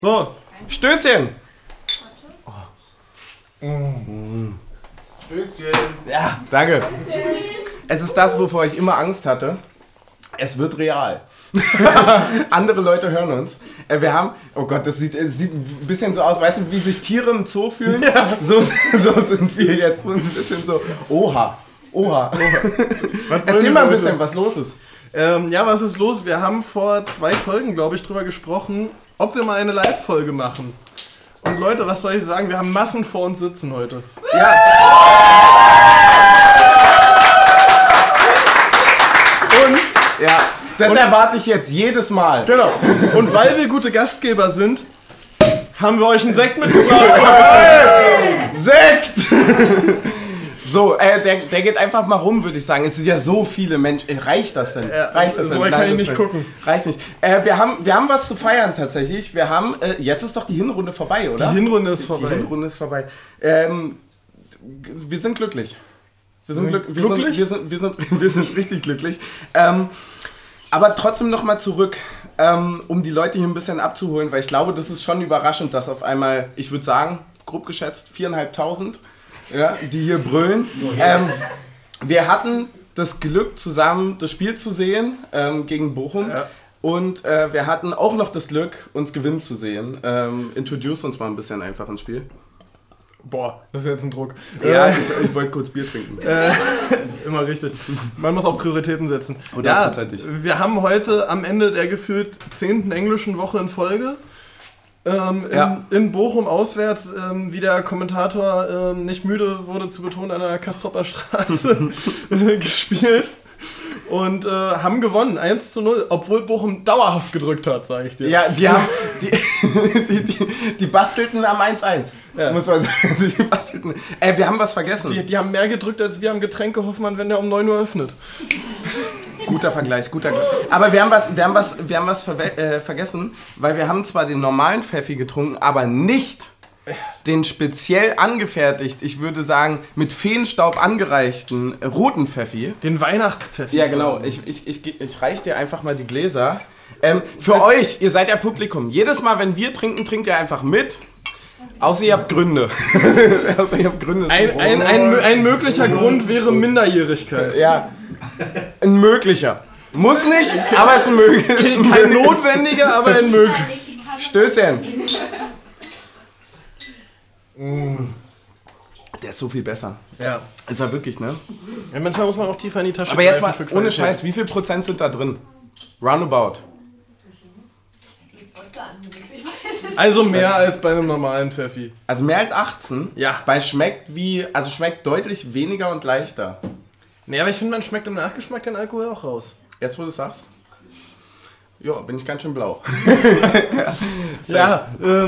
So, Stößchen! Stößchen. Ja, danke. Es ist das, wovor ich immer Angst hatte. Es wird real. Andere Leute hören uns. Wir haben, oh Gott, das sieht ein bisschen so aus, weißt du, wie sich Tiere im Zoo fühlen? Ja. So sind wir jetzt, so ein bisschen so, oha. Erzähl mal ein bisschen, was los ist. Ja, was ist los? Wir haben vor 2 Folgen, glaube ich, drüber gesprochen, ob wir mal eine Live-Folge machen. Und Leute, was soll ich sagen? Wir haben Massen vor uns sitzen heute. Ja. Und, ja, das erwarte ich jetzt jedes Mal. Genau. Und weil wir gute Gastgeber sind, haben wir euch einen Sekt mitgebracht. Sekt! So, der geht einfach mal rum, würde ich sagen. Es sind ja so viele Menschen. Reicht das denn? Reicht das so denn? kann ich nicht gucken. Reicht nicht. Wir haben was zu feiern tatsächlich. Wir haben, jetzt ist doch die Hinrunde vorbei, oder? Die Hinrunde ist vorbei. Die Hinrunde ist vorbei. Wir sind glücklich. Wir sind richtig glücklich. Aber trotzdem nochmal zurück, um die Leute hier ein bisschen abzuholen, weil ich glaube, das ist schon überraschend, dass auf einmal, ich würde sagen, grob geschätzt 4.500, ja, die hier brüllen. Wir hatten das Glück, zusammen das Spiel zu sehen gegen Bochum. Ja. Und wir hatten auch noch das Glück, uns gewinnen zu sehen. Introduce uns mal ein bisschen einfach ins Spiel. Boah, das ist jetzt ein Druck. Ja, ich wollte kurz Bier trinken. Immer richtig. Man muss auch Prioritäten setzen. Ja, wir haben heute am Ende der gefühlt 10. englischen Woche in Folge in Bochum auswärts, wie der Kommentator nicht müde wurde zu betonen, an der Castropper Straße gespielt. Und haben gewonnen, 1:0, obwohl Bochum dauerhaft gedrückt hat, sage ich dir. Ja, die bastelten am 1:1. Ja. Muss man sagen. Die bastelten. Wir haben was vergessen. Die haben mehr gedrückt als wir am Getränke Hoffmann, wenn der um 9 Uhr öffnet. Guter Vergleich. Aber wir haben was vergessen, weil wir haben zwar den normalen Pfeffi getrunken, aber nicht den speziell angefertigt, ich würde sagen, mit Feenstaub angereichten roten Pfeffi. Den Weihnachtspfeffi. Ja, genau. Ich reiche dir einfach mal die Gläser. Für euch, ihr seid ja Publikum. Jedes Mal, wenn wir trinken, trinkt ihr einfach mit. Außer ihr habt Gründe. Ein möglicher Grund wäre Minderjährigkeit. Ja. Ein möglicher. Muss nicht, aber es ist möglich. Kein notwendiger, aber ein möglicher. Stößchen. Der ist so viel besser. Ja. Ist er wirklich, ne? Ja, manchmal muss man auch tiefer in die Tasche aber jetzt mal, ohne Scheiß, wie viel Prozent sind da drin? Roundabout. Also mehr als bei einem normalen Pfeffi. Also mehr als 18? Ja. Weil schmeckt deutlich weniger und leichter. Nee, aber ich finde, man schmeckt im Nachgeschmack den Alkohol auch raus. Jetzt, wo du es sagst? Ja, bin ich ganz schön blau. Ja,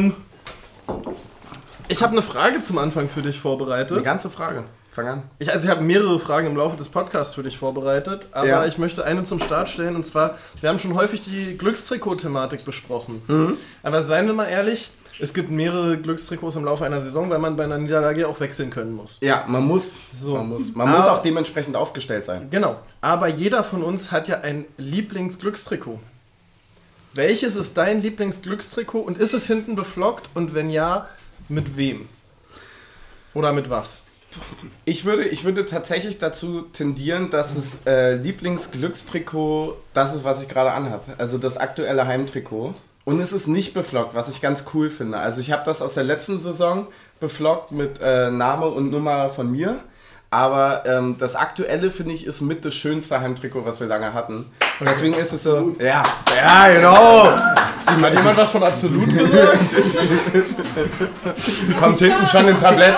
ich habe eine Frage zum Anfang für dich vorbereitet. Eine ganze Frage. Fang an. Ich habe mehrere Fragen im Laufe des Podcasts für dich vorbereitet, aber ich möchte eine zum Start stellen, und zwar, wir haben schon häufig die Glückstrikot-Thematik besprochen. Mhm. Aber seien wir mal ehrlich, es gibt mehrere Glückstrikots im Laufe einer Saison, weil man bei einer Niederlage auch wechseln können muss. Ja, man muss. Man muss auch dementsprechend aufgestellt sein. Genau. Aber jeder von uns hat ja ein Lieblingsglückstrikot. Welches ist dein Lieblingsglückstrikot und ist es hinten beflockt? Und wenn ja, mit wem? Oder mit was? Ich würde tatsächlich dazu tendieren, dass es Lieblingsglückstrikot das ist, was ich gerade anhabe. Also das aktuelle Heimtrikot. Und es ist nicht beflockt, was ich ganz cool finde. Also ich habe das aus der letzten Saison beflockt mit Name und Nummer von mir. Aber das aktuelle, finde ich, ist mit das schönste Heimtrikot, was wir lange hatten. Und deswegen ist es so, ja, genau. Hat jemand was von Absolut gesagt? Kommt hinten schon ein Tablett.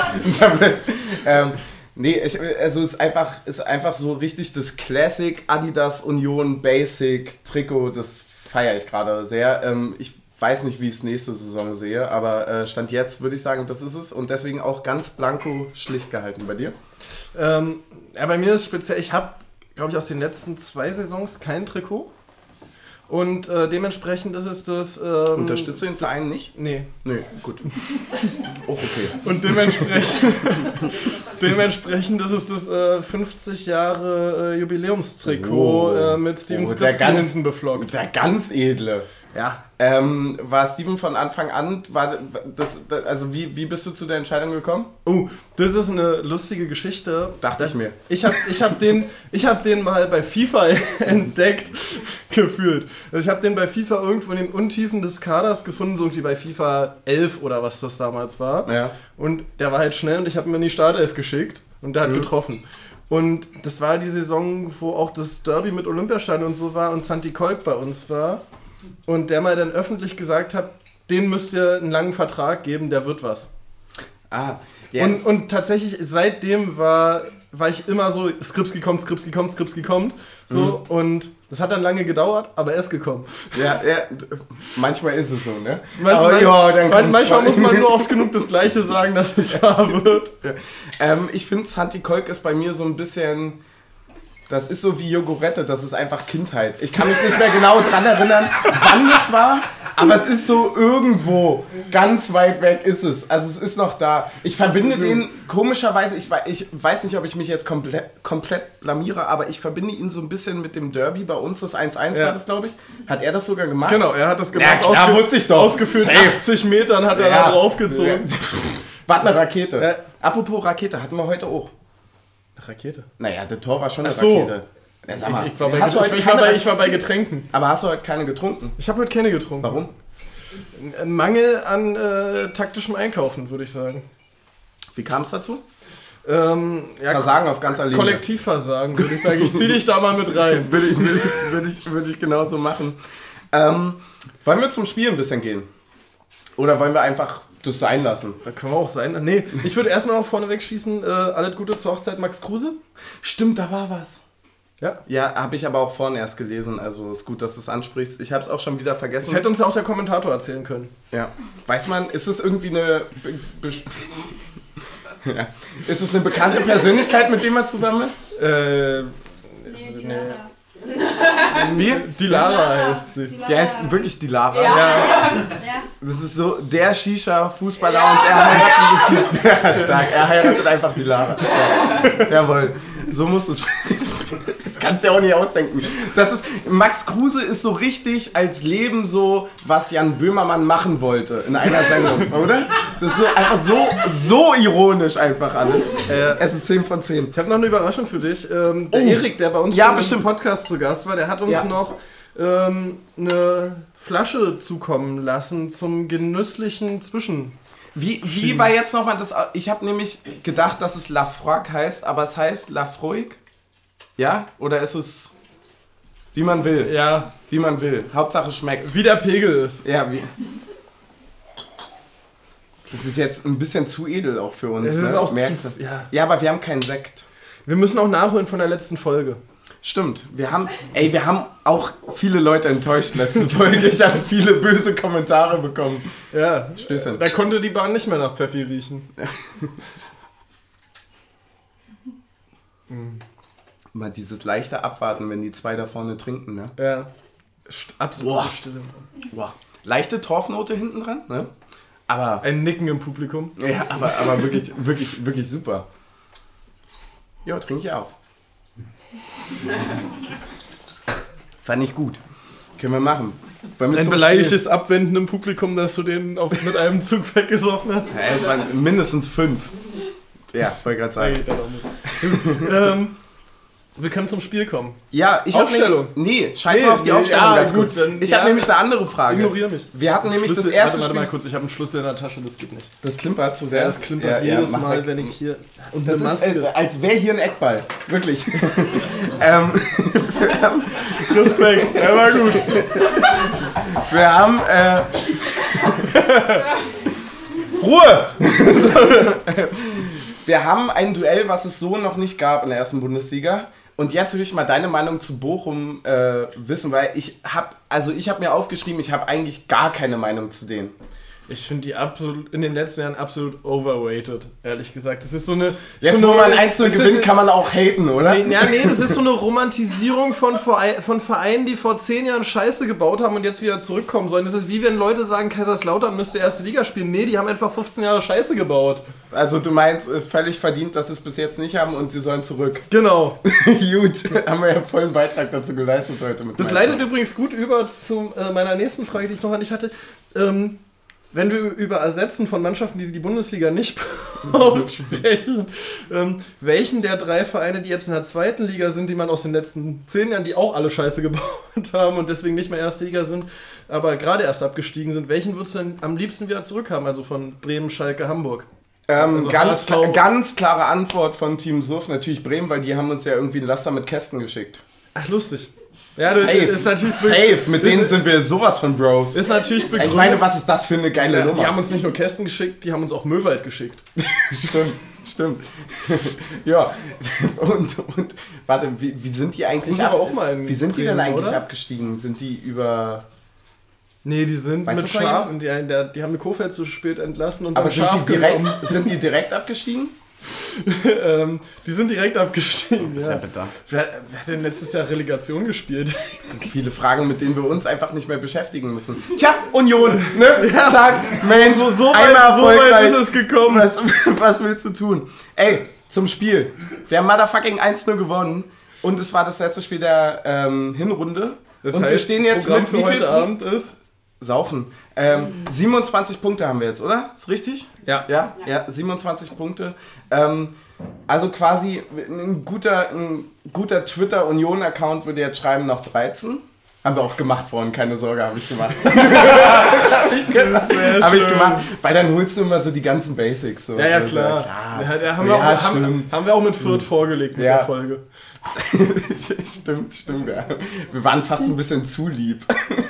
Es ist einfach so richtig das Classic Adidas Union Basic Trikot, das feiere ich gerade sehr. Ich weiß nicht, wie ich es nächste Saison sehe, aber Stand jetzt würde ich sagen, das ist es und deswegen auch ganz blanko schlicht gehalten. Bei dir? Bei mir ist es speziell, ich habe, glaube ich, aus den letzten 2 Saisons kein Trikot. Und dementsprechend ist es das... Unterstützt du den Verein nicht? Nee, gut. Auch okay. Und dementsprechend ist es das 50 Jahre Jubiläumstrikot mit Steven Skripski hinten beflockt. Der ganz edle. Ja. War Steven von Anfang an, also wie bist du zu der Entscheidung gekommen? Oh, das ist eine lustige Geschichte. Dachte ich mir. Ich hab den mal bei FIFA entdeckt gefühlt. Also ich habe den bei FIFA irgendwo in den Untiefen des Kaders gefunden, so irgendwie bei FIFA 11 oder was das damals war. Ja. Und der war halt schnell und ich habe ihn in die Startelf geschickt und der hat getroffen. Und das war die Saison, wo auch das Derby mit Olympiastadion und so war und Santi Kolk bei uns war. Und der mal dann öffentlich gesagt hat, den müsst ihr einen langen Vertrag geben, der wird was. Yes. Und tatsächlich, seitdem war ich immer so, Skripski kommt. So, und das hat dann lange gedauert, aber er ist gekommen. Ja, manchmal ist es so, ne? Manchmal muss man nur oft genug das Gleiche sagen, dass es wahr wird. Ja. Ich finde, Santi Kolk ist bei mir so ein bisschen... Das ist so wie Jogurette, das ist einfach Kindheit. Ich kann mich nicht mehr genau dran erinnern, wann es war, aber es ist so irgendwo, ganz weit weg ist es. Also es ist noch da. Ich verbinde den komischerweise, ich weiß nicht, ob ich mich jetzt komplett blamiere, aber ich verbinde ihn so ein bisschen mit dem Derby. Bei uns das 1-1 war das, glaube ich. Hat er das sogar gemacht? Genau, er hat das gemacht. Ja, klar, wusste ich doch. Ausgeführt, Safe. 80 Metern hat er da draufgezogen. Was eine Rakete. Apropos Rakete, hatten wir heute auch. Rakete? Naja, das Tor war schon eine so. Rakete. Ja, sag mal, ich war bei Getränken. Aber hast du heute keine getrunken? Ich habe heute keine getrunken. Warum? Mangel an taktischem Einkaufen, würde ich sagen. Wie kam es dazu? Versagen auf ganzer Linie. Kollektivversagen, würde ich sagen. Ich zieh dich da mal mit rein. Würde ich genauso machen. Wollen wir zum Spiel ein bisschen gehen? Oder wollen wir einfach das sein lassen? Da können wir auch sein. Nee, ich würde erstmal noch vorneweg schießen, alles Gute zur Hochzeit Max Kruse. Stimmt, da war was. Ja? Ja, habe ich aber auch vorhin erst gelesen, also ist gut, dass du es ansprichst. Ich habe es auch schon wieder vergessen. Das hätte uns ja auch der Kommentator erzählen können. Ja. Weiß man, ist es irgendwie eine... ja. Ist es eine bekannte Persönlichkeit, mit dem man zusammen ist? Nee. Wie? Dilara heißt sie. Der heißt wirklich Dilara. Ja. Das ist so der Shisha-Fußballer und er heiratet ja, stark. Er heiratet einfach Dilara. Stark. Jawohl. So muss es. Das kannst du ja auch nicht ausdenken. Max Kruse ist so richtig als Leben so, was Jan Böhmermann machen wollte in einer Sendung, oder? Das ist so einfach so ironisch einfach alles. Es ist 10 von 10. Ich habe noch eine Überraschung für dich. Der Erik, der bei uns im Podcast zu Gast war, der hat uns noch eine Flasche zukommen lassen zum genüsslichen Zwischen. Wie war jetzt nochmal das? Ich habe nämlich gedacht, dass es Lafroig heißt, aber es heißt Lafroig. Ja? Oder ist es wie man will? Ja. Wie man will. Hauptsache schmeckt. Wie der Pegel ist. Ja, wie. Das ist jetzt ein bisschen zu edel auch für uns. Es ist auch ja, aber wir haben keinen Sekt. Wir müssen auch nachholen von der letzten Folge. Stimmt. Wir haben auch viele Leute enttäuscht letzte Folge. Ich habe viele böse Kommentare bekommen. Ja. Stößchen. Da konnte die Bahn nicht mehr nach Pfeffi riechen. Mal dieses leichte Abwarten, wenn die zwei da vorne trinken, ne? Ja. Absolut Stille. Wow. Leichte Torfnote hinten dran, ne? Aber ein Nicken im Publikum. Ja, aber wirklich, wirklich, wirklich super. Ja, trinke ich aus. Fand ich gut. Können wir machen. Ein beleidigtes Abwenden im Publikum, dass du den mit einem Zug weggesoffen hast. Ja, es waren mindestens 5. Ja, wollte gerade sagen. Wir können zum Spiel kommen. Ja, ich Aufstellung. Scheiß mal auf die Aufstellung ganz gut. Kurz. Ich habe nämlich eine andere Frage. Ignoriere mich. Wir hatten nämlich das erste Warte mal kurz, ich habe einen Schlüssel in der Tasche, das geht nicht. Das klimpert zu sehr. Ja, das klimpert jedes Mal, wenn ich hier... Und das ist, als wäre hier ein Eckball. Wirklich. Respekt, der war gut. Wir haben... Ruhe! Wir haben ein Duell, was es so noch nicht gab in der ersten Bundesliga. Und jetzt will ich mal deine Meinung zu Bochum wissen, weil ich habe mir aufgeschrieben, ich habe eigentlich gar keine Meinung zu denen. Ich finde die in den letzten Jahren absolut overrated, ehrlich gesagt. Das ist so eine... Jetzt, so wo man 1-0 gewinnt, kann man auch haten, oder? Nee, das ist so eine Romantisierung von Vereinen, die vor 10 Jahren Scheiße gebaut haben und jetzt wieder zurückkommen sollen. Das ist wie wenn Leute sagen, Kaiserslautern müsste erste Liga spielen. Nee, die haben einfach 15 Jahre Scheiße gebaut. Also du meinst, völlig verdient, dass sie es bis jetzt nicht haben und sie sollen zurück. Genau. Gut, haben wir ja vollen Beitrag dazu geleistet heute. Das leitet übrigens gut über zu meiner nächsten Frage, die ich noch an dich hatte. Wenn wir über Ersetzen von Mannschaften, die Bundesliga nicht brauchen, sprechen, welchen der 3 Vereine, die jetzt in der zweiten Liga sind, die man aus den letzten 10 Jahren, die auch alle Scheiße gebaut haben und deswegen nicht mehr erste Liga sind, aber gerade erst abgestiegen sind, welchen würdest du denn am liebsten wieder zurückhaben? Also von Bremen, Schalke, Hamburg? Also ganz klare Antwort von Team Suff, natürlich Bremen, weil die haben uns ja irgendwie ein Laster mit Kästen geschickt. Ach, lustig. Ja, safe, ist natürlich safe. Mit denen sind wir sowas von Bros. Ist natürlich begründet. Ich meine, was ist das für eine geile Nummer? Die haben uns nicht nur Kästen geschickt, die haben uns auch Möwald geschickt. Stimmt. Ja. Und warte, wie sind die eigentlich? Wie sind die denn eigentlich abgestiegen? Sind die über... Nee, die sind mit Schaf. Die haben Kofeld zu spät entlassen und aber sind die direkt abgestiegen? Die sind direkt abgestiegen. Das ist ja bitter. Wer hat denn letztes Jahr Relegation gespielt? Viele Fragen, mit denen wir uns einfach nicht mehr beschäftigen müssen. Tja, Union, ne? Ja, zack, Mensch, so weit ist es gekommen. Was willst du tun? Ey, zum Spiel. Wir haben motherfucking 1-0 gewonnen und es war das letzte Spiel der Hinrunde. Das und heißt, wir stehen jetzt Programm mit für heute Abend ist... Saufen. 27 Punkte haben wir jetzt, oder? Ist richtig? Ja. Ja, 27 Punkte. Also quasi ein guter Twitter-Union-Account würde jetzt schreiben, noch 13. Haben wir auch gemacht vorhin, keine Sorge, habe ich gemacht. Habe ich gemacht, weil dann holst du immer so die ganzen Basics. So. Ja, klar. Haben wir auch mit Fürth vorgelegt mit der Folge. Stimmt, ja. Wir waren fast ein bisschen zu lieb.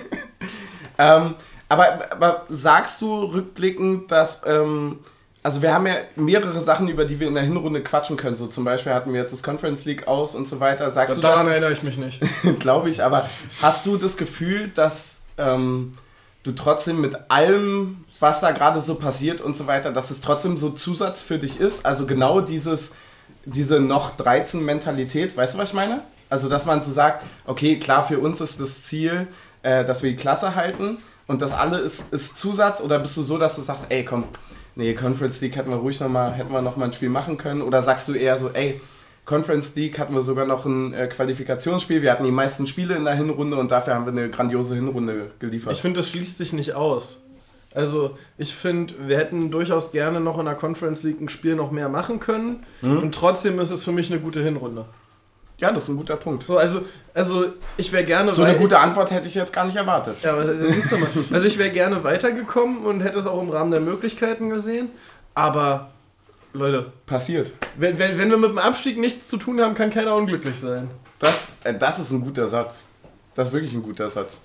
Aber sagst du rückblickend, dass, also wir haben ja mehrere Sachen, über die wir in der Hinrunde quatschen können, so zum Beispiel hatten wir jetzt das Conference League aus und so weiter. Sagst du daran erinnere ich mich nicht. Glaube ich, aber hast du das Gefühl, dass du trotzdem mit allem, was da gerade so passiert und so weiter, dass es trotzdem so Zusatz für dich ist? Also genau diese noch 13 Mentalität, weißt du, was ich meine? Also dass man so sagt, okay, klar, für uns ist das Ziel, dass wir die Klasse halten und das alle ist Zusatz, oder bist du so, dass du sagst, ey komm, nee, Conference League hätten wir noch mal ein Spiel machen können, oder sagst du eher so, ey, Conference League hatten wir sogar noch ein Qualifikationsspiel, wir hatten die meisten Spiele in der Hinrunde und dafür haben wir eine grandiose Hinrunde geliefert. Ich finde, das schließt sich nicht aus. Also ich finde, wir hätten durchaus gerne noch in der Conference League ein Spiel noch mehr machen können und trotzdem ist es für mich eine gute Hinrunde. Ja, das ist ein guter Punkt. So, also ich wäre gerne... So eine gute Antwort hätte ich jetzt gar nicht erwartet. Ja, aber das siehst du mal. Also ich wäre gerne weitergekommen und hätte es auch im Rahmen der Möglichkeiten gesehen, aber Leute... Passiert. Wenn wir mit dem Abstieg nichts zu tun haben, kann keiner unglücklich sein. Das ist ein guter Satz. Das ist wirklich ein guter Satz.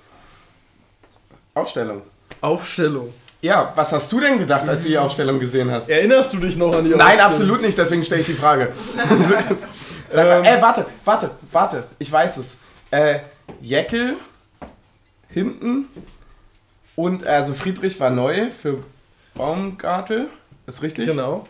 Aufstellung. Ja, was hast du denn gedacht, als du die Aufstellung gesehen hast? Erinnerst du dich noch an die Aufstellung? Nein, absolut nicht, deswegen stelle ich die Frage. Sag mal, warte, ich weiß es. Jäckel hinten und also Friedrich war neu für Baumgartel, ist richtig? Genau.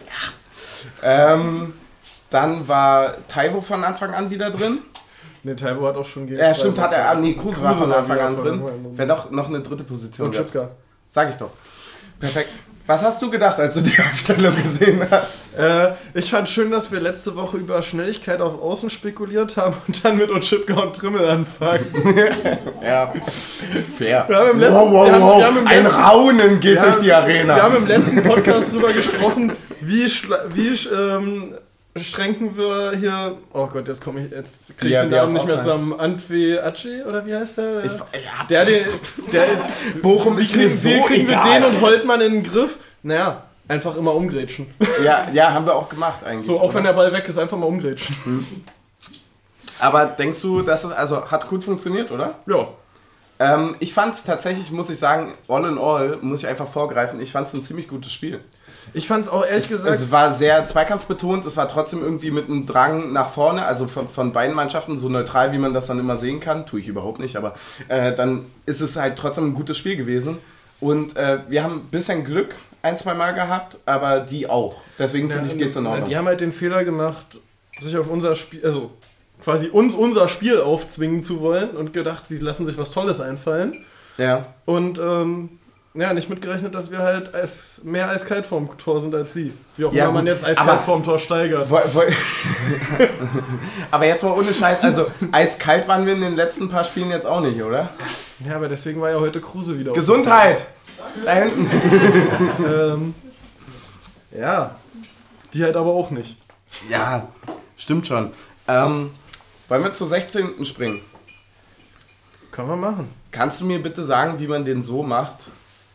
Ja. Dann war Taiwo von Anfang an wieder drin. Ne, Taiwo hat auch schon... Ja, stimmt, hat er. Nee, Kruse war von Anfang an drin. Wäre doch noch eine dritte Position. Und Schipka. Sag ich doch. Perfekt. Was hast du gedacht, als du die Aufstellung gesehen hast? Ich fand schön, dass wir letzte Woche über Schnelligkeit auf Außen spekuliert haben und dann mit Otschipka und Trimmel anfangen. Ja, fair. Wir haben im letzten, wow. Ein Raunen geht durch die Arena. Wir haben im letzten Podcast drüber gesprochen, wie schränken wir hier... Oh Gott, jetzt kriege ich den Namen nicht mehr zusammen. Antwi Aci, oder wie heißt der? Bochum ist mir so kriegen wir den und Holtmann in den Griff? Naja, einfach immer umgrätschen. Ja, haben wir auch gemacht eigentlich. So, auch wenn der Ball weg ist, einfach mal umgrätschen. Aber denkst du, dass es hat gut funktioniert, oder? Ja. Ich fand es tatsächlich, muss ich sagen, all in all, muss ich einfach vorgreifen, ich fand es ein ziemlich gutes Spiel. Ich fand es auch ehrlich gesagt... Es war sehr zweikampfbetont, es war trotzdem irgendwie mit einem Drang nach vorne, also von beiden Mannschaften, so neutral, wie man das dann immer sehen kann, tue ich überhaupt nicht, aber dann ist es halt trotzdem ein gutes Spiel gewesen Und wir haben ein bisschen Glück 1-2 Mal gehabt, aber die auch. Deswegen finde ich, geht's in Ordnung. Die haben halt den Fehler gemacht, sich auf unser Spiel, also quasi uns unser Spiel aufzwingen zu wollen und gedacht, sie lassen sich was Tolles einfallen. Ja. Und nicht mitgerechnet, dass wir halt mehr eiskalt vorm Tor sind als sie. Wie auch immer man jetzt eiskalt vorm Tor steigert. Aber jetzt mal ohne Scheiß, also eiskalt waren wir in den letzten paar Spielen jetzt auch nicht, oder? Ja, aber deswegen war ja heute Kruse wieder. Gesundheit! Da hinten. Ja, die halt aber auch nicht. Ja, stimmt schon. Wollen wir zur 16. springen? Können wir machen. Kannst du mir bitte sagen, wie man den so macht?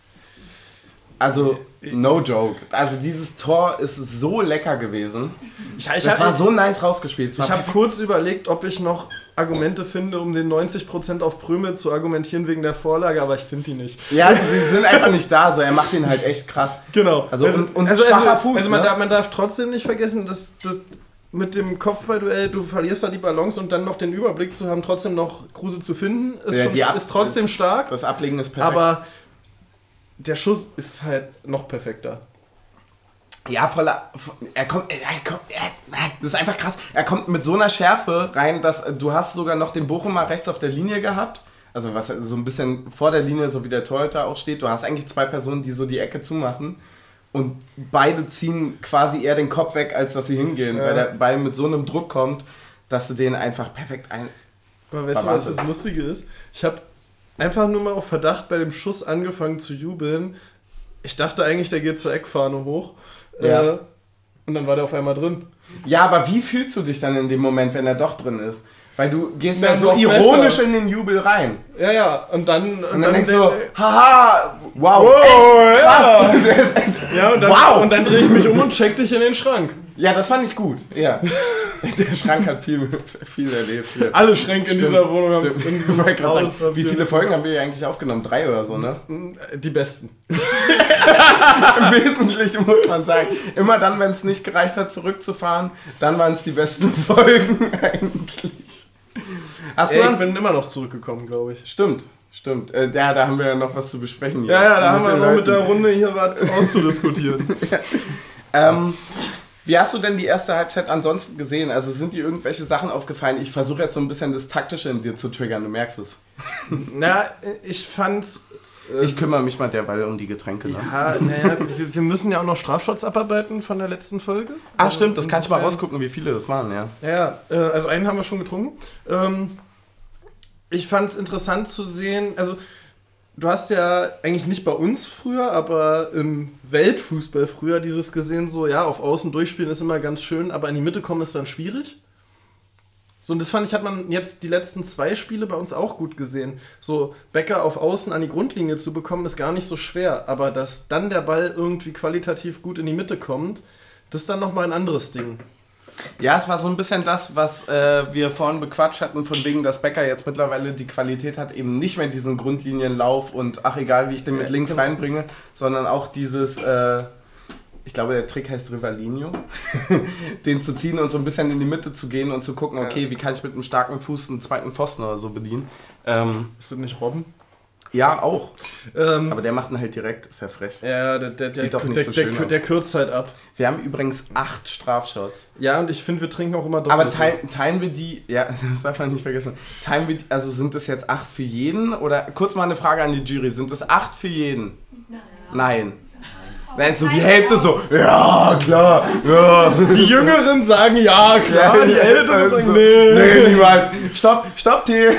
Also, no joke. Also dieses Tor ist so lecker gewesen. Das war so nice rausgespielt. Ich habe kurz überlegt, ob ich noch Argumente finde, um den 90% auf Prömel zu argumentieren wegen der Vorlage, aber ich finde die nicht. Ja, die sind einfach nicht da. So, er macht den halt echt krass. Genau. Also schwacher Fuß. Also man darf trotzdem nicht vergessen, dass mit dem Kopfballduell, du verlierst da die Balance und dann noch den Überblick zu haben, trotzdem noch Kruse zu finden, ist trotzdem stark. Das Ablegen ist perfekt. Aber der Schuss ist halt noch perfekter. Ja, er kommt, das ist einfach krass. Er kommt mit so einer Schärfe rein, dass du hast sogar noch den Bochumer rechts auf der Linie gehabt. Also was so ein bisschen vor der Linie, so wie der Torhüter auch steht. Du hast eigentlich 2 Personen, die so die Ecke zumachen. Und beide ziehen quasi eher den Kopf weg, als dass sie hingehen. Ja. Weil der Ball mit so einem Druck kommt, dass du den einfach perfekt Aber weißt du, was das Lustige ist? Ich habe einfach nur mal auf Verdacht bei dem Schuss angefangen zu jubeln. Ich dachte eigentlich, der geht zur Eckfahne hoch. Ja. Und dann war der auf einmal drin. Ja, aber wie fühlst du dich dann in dem Moment, wenn er doch drin ist? Weil du gehst ja so ironisch besser in den Jubel rein. Ja. Und dann denkst du so, haha, wow, echt krass. Ja. Und dann drehe ich mich um und check dich in den Schrank. Ja, das fand ich gut, ja. Der Schrank hat viel erlebt hier. Alle Schränke in dieser Wohnung haben wie viele Folgen haben wir hier eigentlich aufgenommen? 3 oder so, ne? Die besten. Im Wesentlichen muss man sagen. Immer dann, wenn es nicht gereicht hat, zurückzufahren, dann waren es die besten Folgen eigentlich. Ich bin immer noch zurückgekommen, glaube ich. Stimmt. Da haben wir ja noch was zu besprechen hier. Ja, da haben wir noch mit der Runde hier was auszudiskutieren. Wie hast du denn die erste Halbzeit ansonsten gesehen? Also sind dir irgendwelche Sachen aufgefallen? Ich versuche jetzt so ein bisschen das Taktische in dir zu triggern, du merkst es. Ich fand's... Ich kümmere mich mal derweil um die Getränke. Ne? Ja, wir müssen ja auch noch Strafshots abarbeiten von der letzten Folge. Ach stimmt, das kann ich mal rausgucken, wie viele das waren, ja. Ja, also einen haben wir schon getrunken. Ich fand es interessant zu sehen, also du hast ja eigentlich nicht bei uns früher, aber im Weltfußball früher dieses gesehen, so ja, auf Außen durchspielen ist immer ganz schön, aber in die Mitte kommen ist dann schwierig. So, und das fand ich, hat man jetzt die letzten 2 Spiele bei uns auch gut gesehen. So, Becker auf Außen an die Grundlinie zu bekommen, ist gar nicht so schwer. Aber dass dann der Ball irgendwie qualitativ gut in die Mitte kommt, das ist dann nochmal ein anderes Ding. Ja, es war so ein bisschen das, was wir vorhin bequatscht hatten, von wegen, dass Becker jetzt mittlerweile die Qualität hat, eben nicht mehr diesen Grundlinienlauf und ach egal, wie ich den mit links reinbringe, sondern auch dieses... ich glaube, der Trick heißt Rivaldinho, den zu ziehen und so ein bisschen in die Mitte zu gehen und zu gucken, okay, wie kann ich mit einem starken Fuß einen zweiten Pfosten oder so bedienen. Ist das nicht Robben? Ja, auch. Aber der macht ihn halt direkt, ist ja frech. Ja, sieht doch nicht so schön aus. Der kürzt halt ab. Wir haben übrigens 8 Strafshots. Ja, und ich finde, wir trinken auch immer doppelt. Aber teilen wir die, ja, das darf man nicht vergessen, also sind das jetzt 8 für jeden? Oder, kurz mal eine Frage an die Jury, sind das 8 für jeden? Nein. Nein, so die Hälfte so, ja, klar, ja. Die Jüngeren sagen, ja, klar, die Älteren sagen, so, nee, niemals. Stopp, Tee.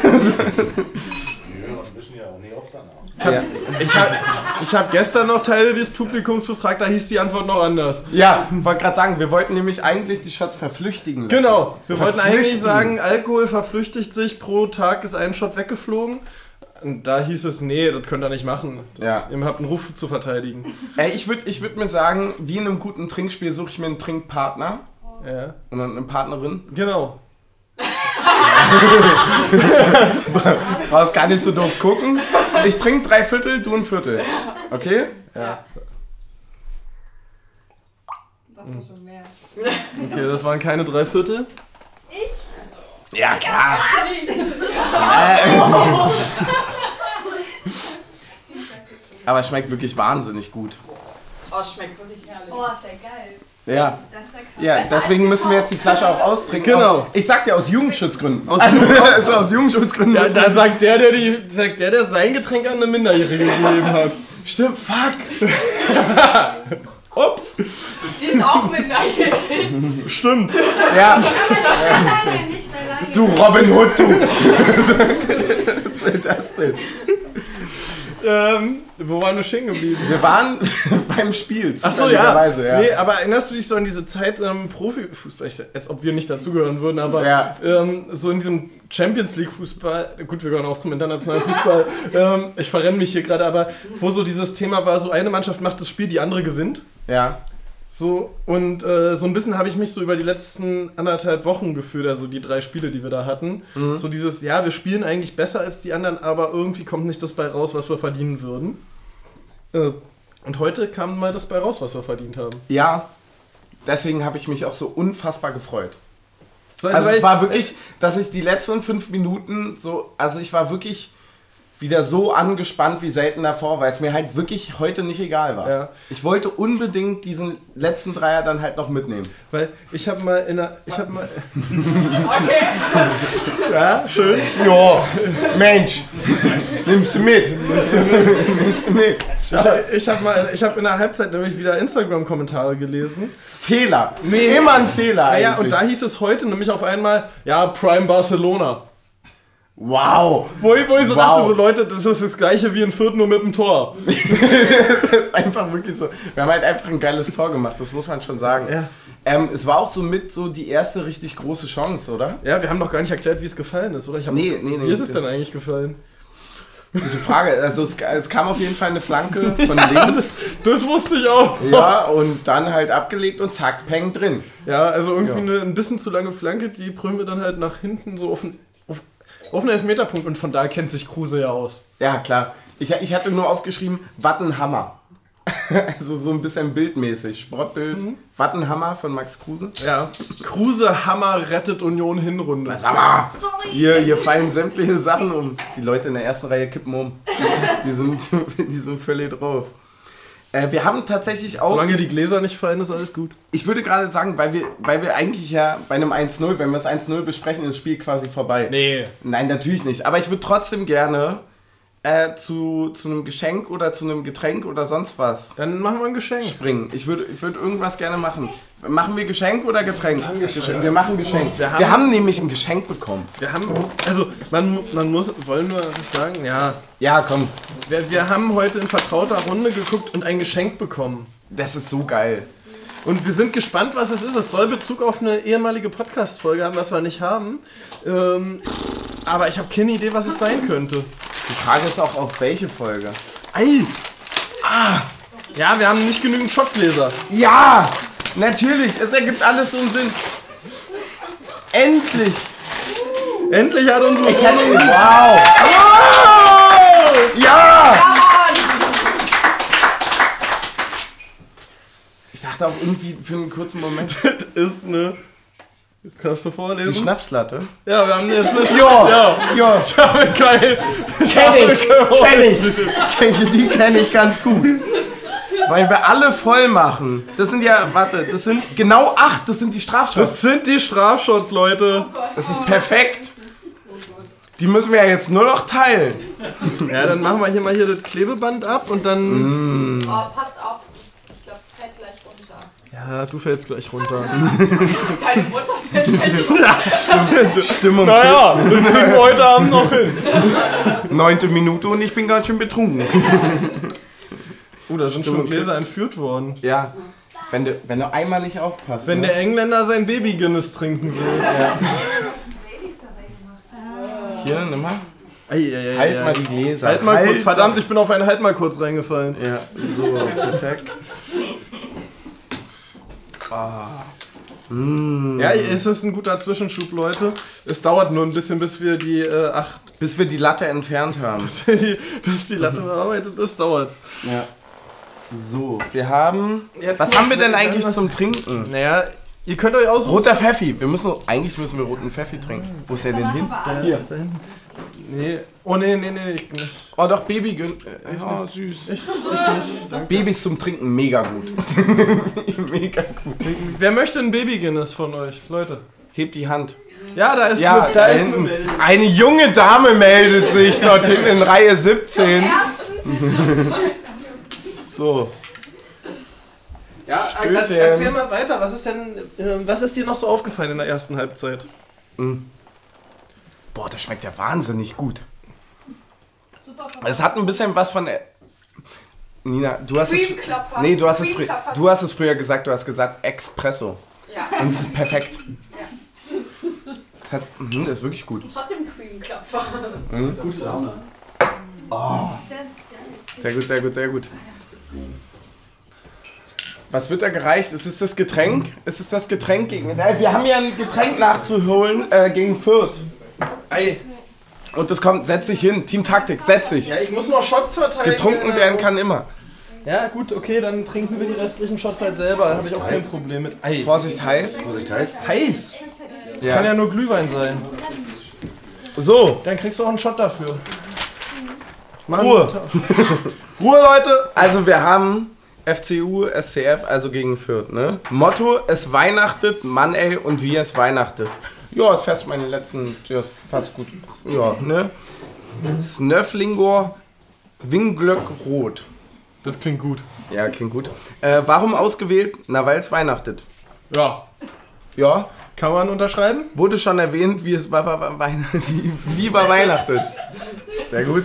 Ich hab gestern noch Teile des Publikums befragt, da hieß die Antwort noch anders. Ja, ich wollte gerade sagen, wir wollten nämlich eigentlich die Shots verflüchtigen lassen. Genau, wir wollten eigentlich sagen, Alkohol verflüchtigt sich, pro Tag ist ein Shot weggeflogen. Und da hieß es, nee, das könnt ihr nicht machen. Ihr habt einen Ruf zu verteidigen. Ich würd mir sagen, wie in einem guten Trinkspiel suche ich mir einen Trinkpartner. Ja. Und eine Partnerin. Genau. Brauchst gar nicht so doof gucken. Ich trinke 3/4, du 1/4. Okay? Ja. Das ist schon mehr. Okay, das waren keine 3/4. Ja, klar. Aber es schmeckt wirklich wahnsinnig gut. Oh, es schmeckt wirklich herrlich. Oh, ist ja geil. Ja. Das ist ja krass. Ja, Besser deswegen als müssen wir jetzt die Flasche auch austrinken. Genau. Ich sag dir aus Jugendschutzgründen. Aus Aus Jugendschutzgründen. Ja, müssen da wir- sagt der sein Getränk an eine Minderjährige gegeben hat. Stimmt, fuck. Ups. Sie ist auch minderjährig. Stimmt. Ja, Nein, nicht mehr lange. du Robin Hood, du. Was will das denn? Wo waren wir stehen geblieben? Wir waren beim Spiel. Achso, ja. zufälligerweise, ja. Nee, aber erinnerst du dich so an diese Zeit Profifußball, als ob wir nicht dazugehören würden, aber Ja. so in diesem Champions League Fußball, gut, wir gehören auch zum internationalen Fußball, ich verrenne mich hier gerade, aber wo so dieses Thema war, so eine Mannschaft macht das Spiel, die andere gewinnt. Ja. So, und so ein bisschen habe ich mich so über die letzten 1,5 Wochen gefühlt, also die 3 Spiele, die wir da hatten. So dieses, ja, wir spielen eigentlich besser als die anderen, aber irgendwie kommt nicht das bei raus, was wir verdienen würden. Und heute kam mal das bei raus, was wir verdient haben. Ja. Deswegen habe ich mich auch so unfassbar gefreut. So, Also weil- es war wirklich, dass ich die letzten 5 Minuten so, also ich war wirklich wieder so angespannt wie selten davor, weil es mir halt wirklich heute nicht egal war. Ja. Ich wollte unbedingt diesen letzten Dreier dann halt noch mitnehmen. Weil ich habe mal in einer. Ich habe mal. Okay. Ja, schön. Ja, Mensch, nimmst du mit. Nimmst du mit. Ich habe in der Halbzeit nämlich wieder Instagram-Kommentare gelesen. Fehler. Immer ein Fehler Naja, eigentlich. und da hieß es heute nämlich auf einmal, ja, Prime Barcelona. Wow. Wo ich so Wow. dachte, so Leute, das ist das gleiche wie in Fürth, nur mit dem Tor. Das ist einfach wirklich so. Wir haben halt einfach ein geiles Tor gemacht, das muss man schon sagen. Ja. Es war auch so mit so die erste richtig große Chance, oder? Ja, wir haben doch gar nicht erklärt, wie es gefallen ist, oder? Nee. Wie ist es denn eigentlich gefallen? Gute Frage. Also es kam auf jeden Fall eine Flanke von links. Das wusste ich auch. Ja, und dann halt abgelegt und zack, Peng drin. Ja, also irgendwie ein bisschen zu lange Flanke, die prüfen wir dann halt nach hinten so auf einen Elfmeterpunkt und von da kennt sich Kruse ja aus. Ja, klar. Ich hatte nur aufgeschrieben, Wattenhammer. Also so ein bisschen bildmäßig. Sportbild, Wattenhammer von Max Kruse. Ja. Kruse Hammer rettet Union Hinrunde. Sag mal, Sorry. hier fallen sämtliche Sachen um. Die Leute in der ersten Reihe kippen um. Die sind völlig drauf. Wir haben tatsächlich auch... Solange die Gläser nicht fallen, ist alles gut. Ich würde gerade sagen, weil wir eigentlich ja bei einem 1-0, wenn wir das 1-0 besprechen, ist das Spiel quasi vorbei. Nee. Nein, natürlich nicht. Aber ich würde trotzdem gerne zu einem Geschenk oder zu einem Getränk oder sonst was Dann machen wir ein Geschenk. springen. Ich würde irgendwas gerne machen. Machen wir Geschenk oder Getränk? Wir machen Geschenk. Wir Wir haben nämlich ein Geschenk bekommen. Wir haben, also man muss, wollen wir das sagen? Ja. Ja, komm. Wir haben heute in vertrauter Runde geguckt und ein Geschenk bekommen. Das ist so geil. Und wir sind gespannt, was es ist. Es soll Bezug auf eine ehemalige Podcast-Folge haben, was wir nicht haben. Aber ich habe keine Idee, was es sein könnte. Die Frage ist auch, auf welche Folge? Ei! Ja, wir haben nicht genügend Schottgläser. Ja! Natürlich! Es ergibt alles so einen Sinn. Endlich! Endlich hat unsere Ich hätte... Wow! Ja! Ich dachte auch irgendwie für einen kurzen Moment... ist eine... Jetzt kannst du Die vorlesen. Schnapslatte? Ja, wir haben jetzt eine Ja! Ja, ich habe keine... Kenn ich. Die kenne ich ganz gut. Weil wir alle voll machen. Das sind ja, warte, das sind genau 8, das sind die Strafshots. Das sind die Strafshots, Leute. Das ist perfekt. Die müssen wir ja jetzt nur noch teilen. Ja, dann machen wir hier mal das Klebeband ab und dann... Oh, passt auf. Ich glaube, es fällt gleich runter. Ja, du fällst gleich runter. Deine Mutter fällt gleich runter. Stimmung. Naja, das kriegen wir heute Abend noch hin. 9. Minute und ich bin ganz schön betrunken. Oh, da sind schon Stimmung Gläser entführt worden. Ja, wenn du einmal nicht aufpasst. Wenn ne? der Engländer sein Baby Guinness trinken will. Babys dabei gemacht. Hier, nimm mal. Ei. Halt mal die Gläser. Halt mal kurz. doch. Verdammt, ich bin auf einen Halt mal kurz reingefallen. Ja, so, perfekt. Ja, es ist ein guter Zwischenschub, Leute. Es dauert nur ein bisschen, bis wir die Bis wir die Latte entfernt haben. bis die Latte bearbeitet ist, dauert's. Ja. So, wir haben... Jetzt Was muss- haben wir denn dann eigentlich was- zum Trinken? Naja, Ihr könnt euch aussuchen. Roter Pfeffi. Eigentlich müssen wir roten Pfeffi trinken. Wo ist der denn hin? Hier. Nee. Oh, nee. Ich bin nicht. Oh doch, Baby oh, süß. Ich nicht. Danke. Babys zum Trinken, mega gut. Mega gut. Wer möchte ein Baby-Guinness von euch, Leute? Hebt die Hand. Ja, da ist Ja, da hinten. Eine junge Dame meldet sich dort hinten in Reihe 17. So. Ja, Stößchen. erzähl mal weiter. Was ist dir noch so aufgefallen in der ersten Halbzeit? Boah, das schmeckt ja wahnsinnig gut. Super. Es hat ein bisschen was von... Nina, du hast Cremeklopfer. Nee, du hast Cremeklopfer. es früher gesagt, du hast gesagt Espresso. Ja. Und es ist perfekt. Ja. Das ist wirklich gut. Trotzdem Cremeklopfer. Gute Laune. Das ist geil. Sehr gut. Was wird da gereicht? Ist es das Getränk? Gegen... Wir haben ja ein Getränk nachzuholen gegen Fürth. Ey. Und das kommt, setz dich hin. Team Taktik, setz dich. Ja, ich muss noch Shots verteilen. Getrunken werden kann immer. Ja, gut, okay, dann trinken wir die restlichen Shots halt selber. Da habe ich auch kein Problem mit. Ey. Vorsicht heiß. Heiß? Ja. Kann ja nur Glühwein sein. So, Dann kriegst du auch einen Shot dafür. Ruhe. Ruhe, Leute. Also wir haben FCU, SCF, also gegen Fürth, ne? Motto, es weihnachtet, Mann ey, und wie es weihnachtet. Ja, ist fast meine letzten, ja, ist fast gut. Ja, ne? Snöfflingor, Winglöck, Rot. Das klingt gut. Ja, klingt gut. Warum ausgewählt? Na, weil es weihnachtet. Ja. Ja, Kann man unterschreiben? wurde schon erwähnt, wie es war, wie war weihnachtet. Sehr gut.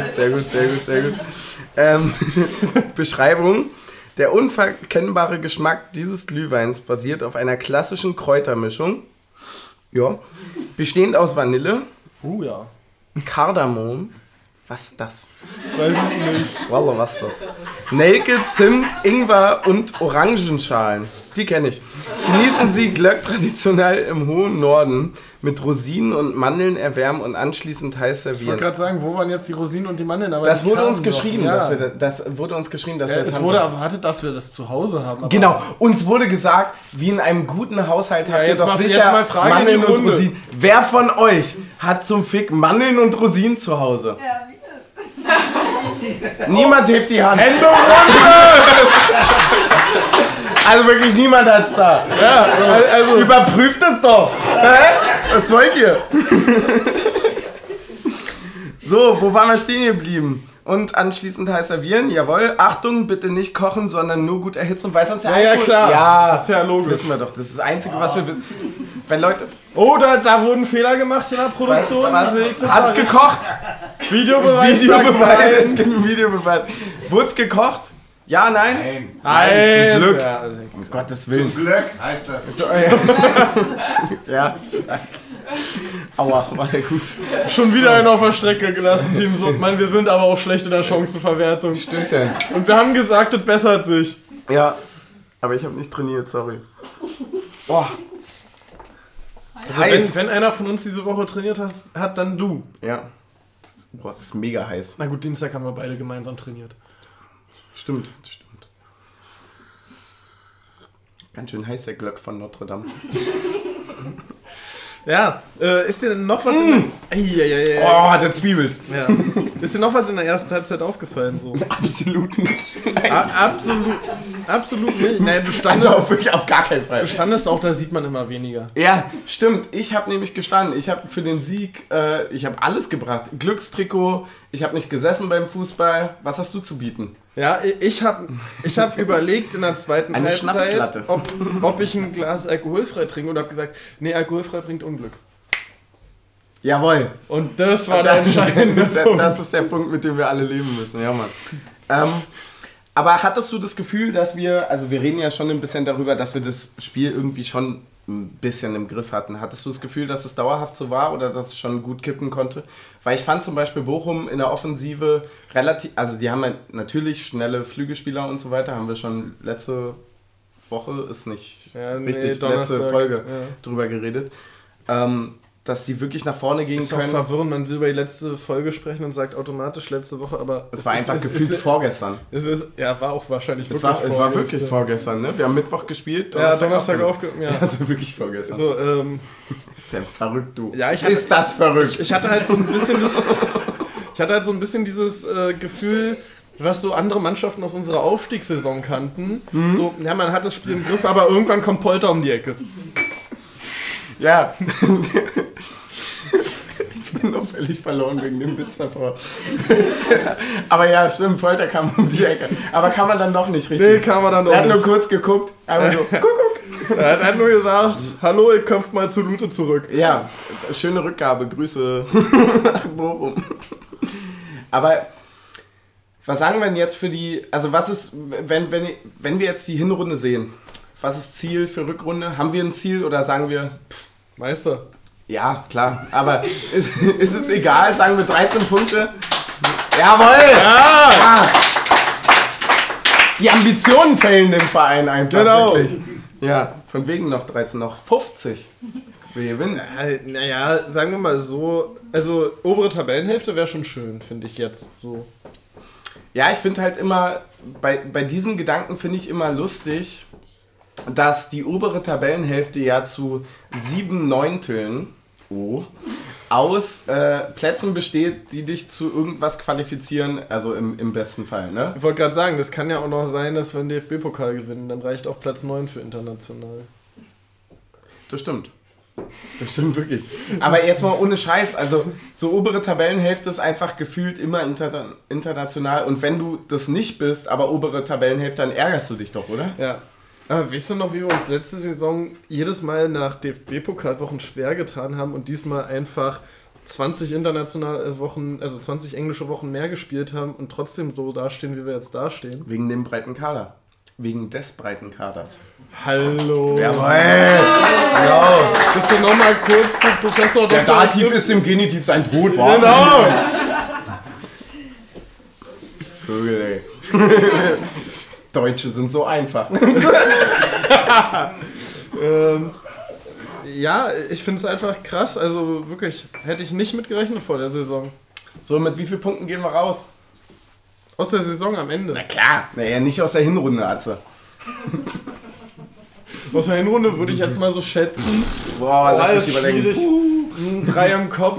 Beschreibung. Der unverkennbare Geschmack dieses Glühweins basiert auf einer klassischen Kräutermischung. Ja. Bestehend aus Vanille, Ja. Kardamom. Was ist das? Ich weiß es nicht. Wallah, was ist das? Nelke, Zimt, Ingwer und Orangenschalen. Die kenne ich. Genießen Sie Glöck traditionell im hohen Norden mit Rosinen und Mandeln erwärmen und anschließend heiß Ich wollte servieren. gerade sagen, wo waren jetzt die Rosinen und die Mandeln? Aber Das die wurde kamen uns geschrieben, noch. Ja. das wurde uns geschrieben, dass Ja, wir das es haben. wurde erwartet, dass wir das zu Hause haben. aber- Genau, uns wurde gesagt, wie in einem guten Haushalt habt ihr jetzt doch mal- sicher jetzt mal Frage in die Mandeln und Runde. Rosinen. Wer von euch hat zum Fick Mandeln und Rosinen zu Hause? Ja, wie Niemand hebt die Hand. Hände runter! Also wirklich niemand hat's da. Ja, also überprüft es doch. Hä? Was wollt ihr? So, wo waren wir stehen geblieben? Und anschließend heiß servieren. Jawohl. Achtung, bitte nicht kochen, sondern nur gut erhitzen, weil sonst Ja, Alkohol- klar. Ja, Das ist ja logisch. wissen wir doch. Das ist das Einzige, was wir wissen. Wenn Leute... Oh, da wurden Fehler gemacht in der Produktion. Was? Sehe ich das Hat's da? gekocht? Videobeweis. Videobeweis. Es gibt einen Videobeweis. Wurd's gekocht? Ja, nein? Nein. Zum Glück. Ja, also- Um Gottes Willen. Glück heißt das. Ja, stark. Aua, war der gut. Schon wieder einen auf der Strecke gelassen, Team Sund. Mann, wir sind aber auch schlecht in der Chancenverwertung. Stößchen. Und wir haben gesagt, das bessert sich. Ja, aber ich habe nicht trainiert, sorry. Boah. Also wenn einer von uns diese Woche trainiert hat, dann du. Ja. Boah, das ist mega heiß. Na gut, Dienstag haben wir beide gemeinsam trainiert. Stimmt. Ganz schön heiß der Glöck von Notre Dame. Ja, ist dir noch was in der... Oh, der zwiebelt. Ja. Ist dir noch was in der ersten Halbzeit aufgefallen? So? Absolut nicht. Absolut nicht. Nein, du standest, Also wirklich auf gar keinen Fall. du standest auch, da sieht man immer weniger. Ja, stimmt. Ich habe nämlich gestanden. Ich habe für den Sieg, ich habe alles gebracht. Glückstrikot, ich habe nicht gesessen beim Fußball. Was hast du zu bieten? Ja, ich hab überlegt in der zweiten Eine Halbzeit, Schnapslatte. ob ich ein Glas alkoholfrei trinke und habe gesagt, nee, alkoholfrei bringt Unglück. Jawohl. Und das war der entscheidende Punkt. Das ist der Punkt, mit dem wir alle leben müssen. Ja, Mann. Aber hattest du das Gefühl, dass wir reden ja schon ein bisschen darüber, dass wir das Spiel irgendwie schon ein bisschen im Griff hatten. Hattest du das Gefühl, dass es dauerhaft so war oder dass es schon gut kippen konnte? Weil ich fand zum Beispiel Bochum in der Offensive relativ, also die haben halt natürlich schnelle Flügelspieler und so weiter, haben wir schon letzte Woche, ist nicht Ja, nee, richtig, letzte Donnerstag, Folge ja. drüber geredet. dass die wirklich nach vorne gehen ist doch können. verwirrend, man will über die letzte Folge sprechen und sagt automatisch letzte Woche, aber... Es war einfach gefühlt vorgestern. War auch wahrscheinlich Es war wirklich vorgestern, ne? Wir haben Mittwoch gespielt. Donnerstag aufgenommen. Ja, also wirklich vorgestern. So, ist ja verrückt, du. Ja, ist das verrückt? Ich hatte halt so ein bisschen dieses Gefühl, was so andere Mannschaften aus unserer Aufstiegssaison kannten. So, ja, man hat das Spiel im Griff, aber irgendwann kommt Polter um die Ecke. Ja. Ich bin noch völlig verloren wegen dem Witz davor. Aber ja, stimmt, Polter kam um die Ecke. Aber kann man dann doch nicht richtig. Nee, kann man dann doch nicht. Er hat nicht. nur kurz geguckt, einfach so, guck. Er hat nur gesagt, hallo, ich kämpft mal zu Lute zurück. Ja, schöne Rückgabe, Grüße nach Bochum. Aber was sagen wir denn jetzt für die, also was ist, wenn wir jetzt die Hinrunde sehen, was ist Ziel für Rückrunde? Haben wir ein Ziel oder sagen wir... Meister. Ja, klar, aber ist es egal, sagen wir 13 Punkte? Jawohl! Ja! Die Ambitionen fehlen dem Verein einfach. Genau. Wirklich. Ja, von wegen noch 13, noch 50. Wir gewinnen. Naja, sagen wir mal so, also obere Tabellenhälfte wäre schon schön, finde ich jetzt so. Ja, ich finde halt immer, bei diesem Gedanken finde ich immer lustig, dass die obere Tabellenhälfte ja zu 7/9 aus Plätzen besteht, die dich zu irgendwas qualifizieren, also im besten Fall, ne? Ich wollte gerade sagen, das kann ja auch noch sein, dass wir einen DFB-Pokal gewinnen, dann reicht auch Platz 9 für international. Das stimmt. Das stimmt wirklich. Aber jetzt mal ohne Scheiß, also so obere Tabellenhälfte ist einfach gefühlt immer international und wenn du das nicht bist, aber obere Tabellenhälfte, dann ärgerst du dich doch, oder? Ja. Aber weißt du noch, wie wir uns letzte Saison jedes Mal nach DFB-Pokalwochen schwer getan haben und diesmal einfach 20 internationale Wochen, also 20 englische Wochen mehr gespielt haben und trotzdem so dastehen, wie wir jetzt dastehen? Wegen dem breiten Kader. Wegen des breiten Kaders. Hallo. Jawohl. Ja. Bist du nochmal kurz zu Professor Dr. Der Dativ ist im Genitiv sein Tod, war. Genau. Vögel, ey. Deutsche sind so einfach. Ja, ich finde es einfach krass. Also wirklich, hätte ich nicht mitgerechnet vor der Saison. So, mit wie vielen Punkten gehen wir raus? Aus der Saison am Ende. Na klar. Naja, nicht aus der Hinrunde, Atze. Aus der Hinrunde würde ich jetzt mal so schätzen. Boah, lass mich überlegen. 3 am Kopf.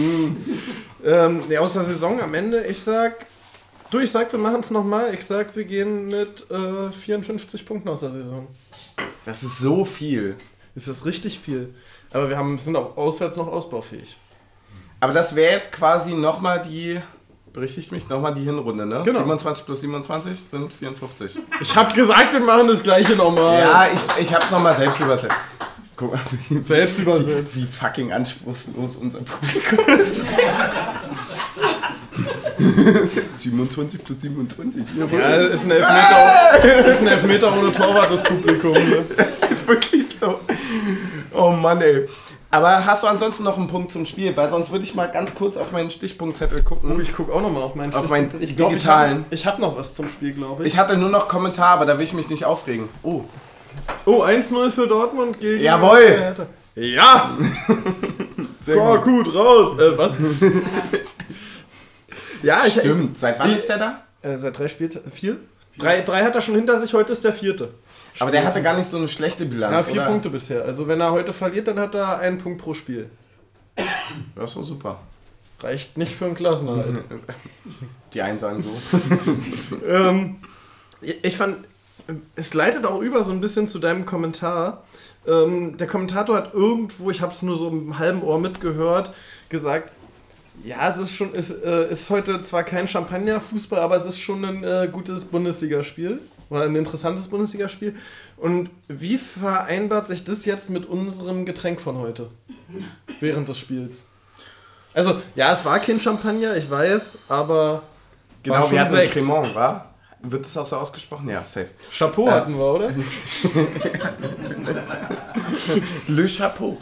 Aus der Saison am Ende, ich sag, wir machen es nochmal. Ich sag, wir gehen mit 54 Punkten aus der Saison. Das ist so viel. Ist das richtig viel. Aber wir sind auch auswärts noch ausbaufähig. Aber das wäre jetzt quasi nochmal die... Berichtigt mich nochmal die Hinrunde, ne? Genau. 27 plus 27 sind 54. Ich hab gesagt, wir machen das gleiche nochmal. Ja, ich hab's nochmal selbst übersetzt. Guck mal, Selbst übersetzt. wie fucking anspruchslos unser Publikum ist. 27 plus 27. Ja, ist ein Elfmeter ohne Torwart, das Publikum. Ne? Das geht wirklich so. Oh Mann, ey. Aber hast du ansonsten noch einen Punkt zum Spiel? Weil sonst würde ich mal ganz kurz auf meinen Stichpunktzettel gucken. Ich gucke auch nochmal auf meinen Stichpunkt. Ich glaube, digitalen. ich hab noch was zum Spiel, glaube ich. Ich hatte nur noch Kommentar, aber da will ich mich nicht aufregen. Oh. Oh, 1-0 für Dortmund gegen... Jawohl! Ja! Sehr gut. Gut, raus! Was? Ja, Stimmt. Seit wann ist der da? Seit 3 Spieltagen. 4? 3 hat er schon hinter sich, heute ist der 4. Aber der hatte gar nicht so eine schlechte Bilanz, Ja, 4 oder? Punkte bisher. Also wenn er heute verliert, dann hat er 1 Punkt pro Spiel. Das ist doch super. Reicht nicht für einen Klassenerhalt. Die einen sagen so. Ich fand, es leitet auch über so ein bisschen zu deinem Kommentar. Der Kommentator hat irgendwo, ich habe es nur so im halben Ohr mitgehört, gesagt, ja, es ist schon, ist heute zwar kein Champagner-Fußball, aber es ist schon ein gutes Bundesligaspiel. Oder ein interessantes Bundesligaspiel. Und wie vereinbart sich das jetzt mit unserem Getränk von heute? Während des Spiels. Also, ja, es war kein Champagner, ich weiß, aber Genau, wir hatten Sekt. Cremant, wa? Wird das auch so ausgesprochen? Ja, safe. Chapeau hatten wir, oder? Le Chapeau.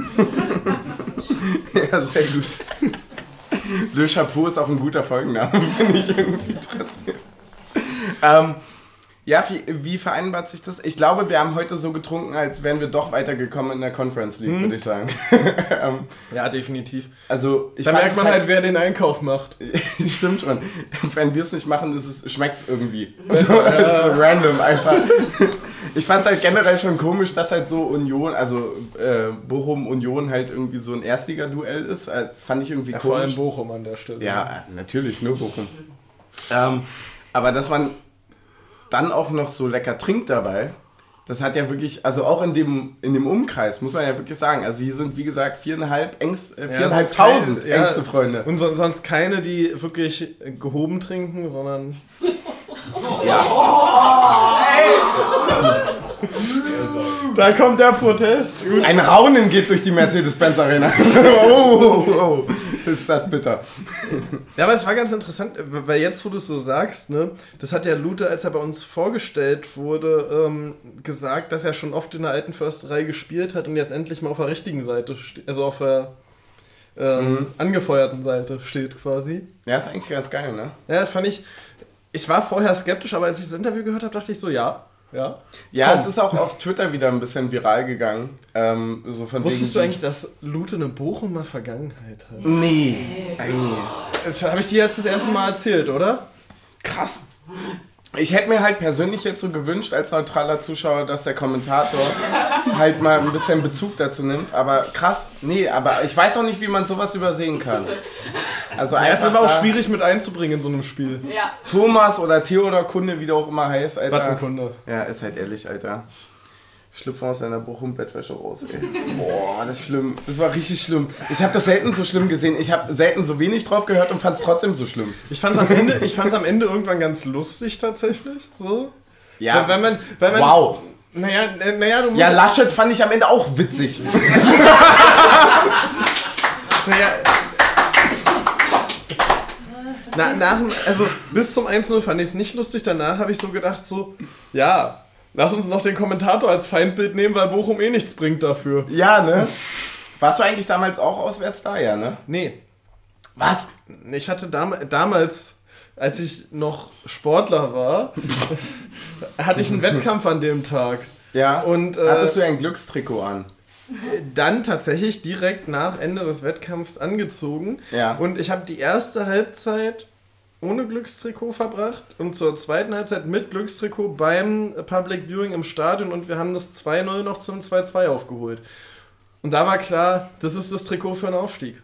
Ja, sehr gut. Le Chapeau ist auch ein guter Folgenname, finde ich irgendwie trotzdem. Ja, wie vereinbart sich das? Ich glaube, wir haben heute so getrunken, als wären wir doch weitergekommen in der Conference League, würde ich sagen. Ja, definitiv. Also, da merkt man halt, wer den Einkauf macht. Stimmt schon. Wenn wir es nicht machen, schmeckt es irgendwie. So random einfach. Ich fand es halt generell schon komisch, dass halt so Union, also Bochum-Union halt irgendwie so ein Erstliga-Duell ist. Fand ich irgendwie komisch. Vor allem Bochum an der Stelle. Ja, natürlich, nur Bochum. Aber dass man dann auch noch so lecker trinkt dabei, das hat ja wirklich, also auch in dem Umkreis, muss man ja wirklich sagen, also hier sind wie gesagt 4.500 engste Freunde. Und sonst keine, die wirklich gehoben trinken, sondern... Ja. Da kommt der Protest. Ein Raunen geht durch die Mercedes-Benz Arena. Oh, ist das bitter. Ja, aber es war ganz interessant, weil jetzt, wo du es so sagst, ne, das hat ja Lute, als er bei uns vorgestellt wurde, gesagt, dass er schon oft in der alten Försterei gespielt hat und jetzt endlich mal auf der richtigen Seite steht, also auf der angefeuerten Seite steht quasi. Ja, ist eigentlich ganz geil, ne? Ja, das fand ich war vorher skeptisch, aber als ich das Interview gehört habe, dachte ich so, ja. Ja, es ist auch auf Twitter wieder ein bisschen viral gegangen. So von Wusstest du eigentlich, dass Lute eine Bochumer Vergangenheit hat? Nee. Das habe ich dir jetzt das erste Mal erzählt, oder? Krass. Ich hätte mir halt persönlich jetzt so gewünscht, als neutraler Zuschauer, dass der Kommentator halt mal ein bisschen Bezug dazu nimmt. Aber krass, nee, aber ich weiß auch nicht, wie man sowas übersehen kann. Also ja, es ist aber auch schwierig mit einzubringen in so einem Spiel. Ja. Thomas oder Theodor Kunde, wie der auch immer heißt, Alter. Wattenkunde. Ja, ist halt ehrlich, Alter. Schlüpfen aus deiner Bochum-Bettwäsche raus, ey. Boah, das ist schlimm. Das war richtig schlimm. Ich habe das selten so schlimm gesehen. Ich habe selten so wenig drauf gehört und fand es trotzdem so schlimm. Ich fand's am Ende irgendwann ganz lustig tatsächlich. So. Ja. Weil man, wow. Naja, du musst... Ja, Laschet fand ich am Ende auch witzig. Also bis zum 1-0 fand ich es nicht lustig. Danach habe ich so gedacht, so, ja... Lass uns noch den Kommentator als Feindbild nehmen, weil Bochum eh nichts bringt dafür. Ja, ne? Warst du eigentlich damals auch auswärts da, ja, ne? Nee. Was? Ich hatte damals, als ich noch Sportler war, hatte ich einen Wettkampf an dem Tag. Ja, und hattest du ja ein Glückstrikot an? Dann tatsächlich direkt nach Ende des Wettkampfs angezogen. Ja. Und ich habe die erste Halbzeit ohne Glückstrikot verbracht und zur zweiten Halbzeit mit Glückstrikot beim Public Viewing im Stadion und wir haben das 2-0 noch zum 2-2 aufgeholt. Und da war klar, das ist das Trikot für einen Aufstieg.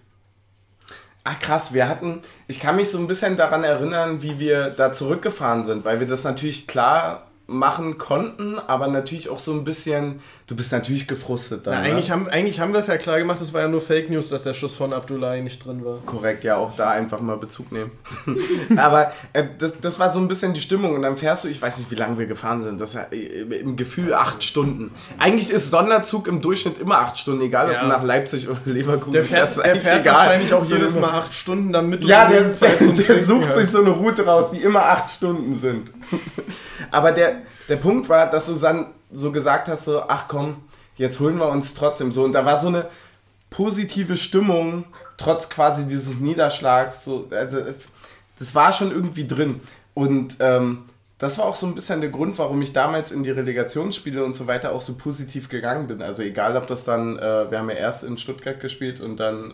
Ach krass, ich kann mich so ein bisschen daran erinnern, wie wir da zurückgefahren sind, weil wir das natürlich klar machen konnten, aber natürlich auch so ein bisschen, du bist natürlich gefrustet dann. Ja, eigentlich haben wir es ja klar gemacht, es war ja nur Fake News, dass der Schuss von Abdullahi nicht drin war. Korrekt, ja, auch da einfach mal Bezug nehmen. Aber das war so ein bisschen die Stimmung und dann fährst du, ich weiß nicht, wie lange wir gefahren sind, das im Gefühl 8 Stunden. Eigentlich ist Sonderzug im Durchschnitt immer 8 Stunden, egal ob du nach Leipzig oder Leverkusen der fährt wahrscheinlich auch jedes Mal 8 Stunden, damit du der sucht sich so eine Route raus, die immer 8 Stunden sind. Aber der Punkt war, dass du dann so gesagt hast, so, ach komm, jetzt holen wir uns trotzdem so. Und da war so eine positive Stimmung, trotz quasi dieses Niederschlags. So, also, das war schon irgendwie drin. Und das war auch so ein bisschen der Grund, warum ich damals in die Relegationsspiele und so weiter auch so positiv gegangen bin. Also egal, ob das dann, wir haben ja erst in Stuttgart gespielt und dann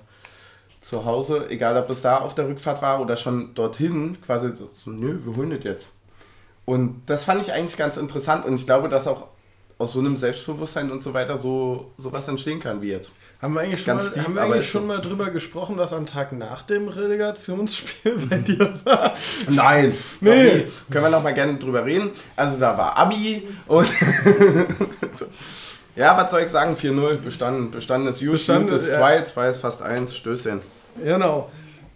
zu Hause, egal, ob es da auf der Rückfahrt war oder schon dorthin, quasi so, nö, wir holen das jetzt. Und das fand ich eigentlich ganz interessant und ich glaube, dass auch aus so einem Selbstbewusstsein und so weiter sowas entstehen kann wie jetzt. Haben wir eigentlich schon mal drüber gesprochen, was am Tag nach dem Relegationsspiel bei dir war? Nein. Nee. Können wir noch mal gerne drüber reden. Also da war Abi und so. Ja, was soll ich sagen? 4-0, bestanden. Bestanden ist gut, gut ist 2, 2 ist fast 1, Stößchen. Genau.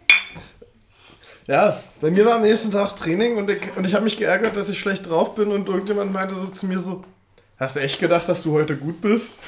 Ja, bei mir war am nächsten Tag Training und ich habe mich geärgert, dass ich schlecht drauf bin und irgendjemand meinte so zu mir so, hast du echt gedacht, dass du heute gut bist?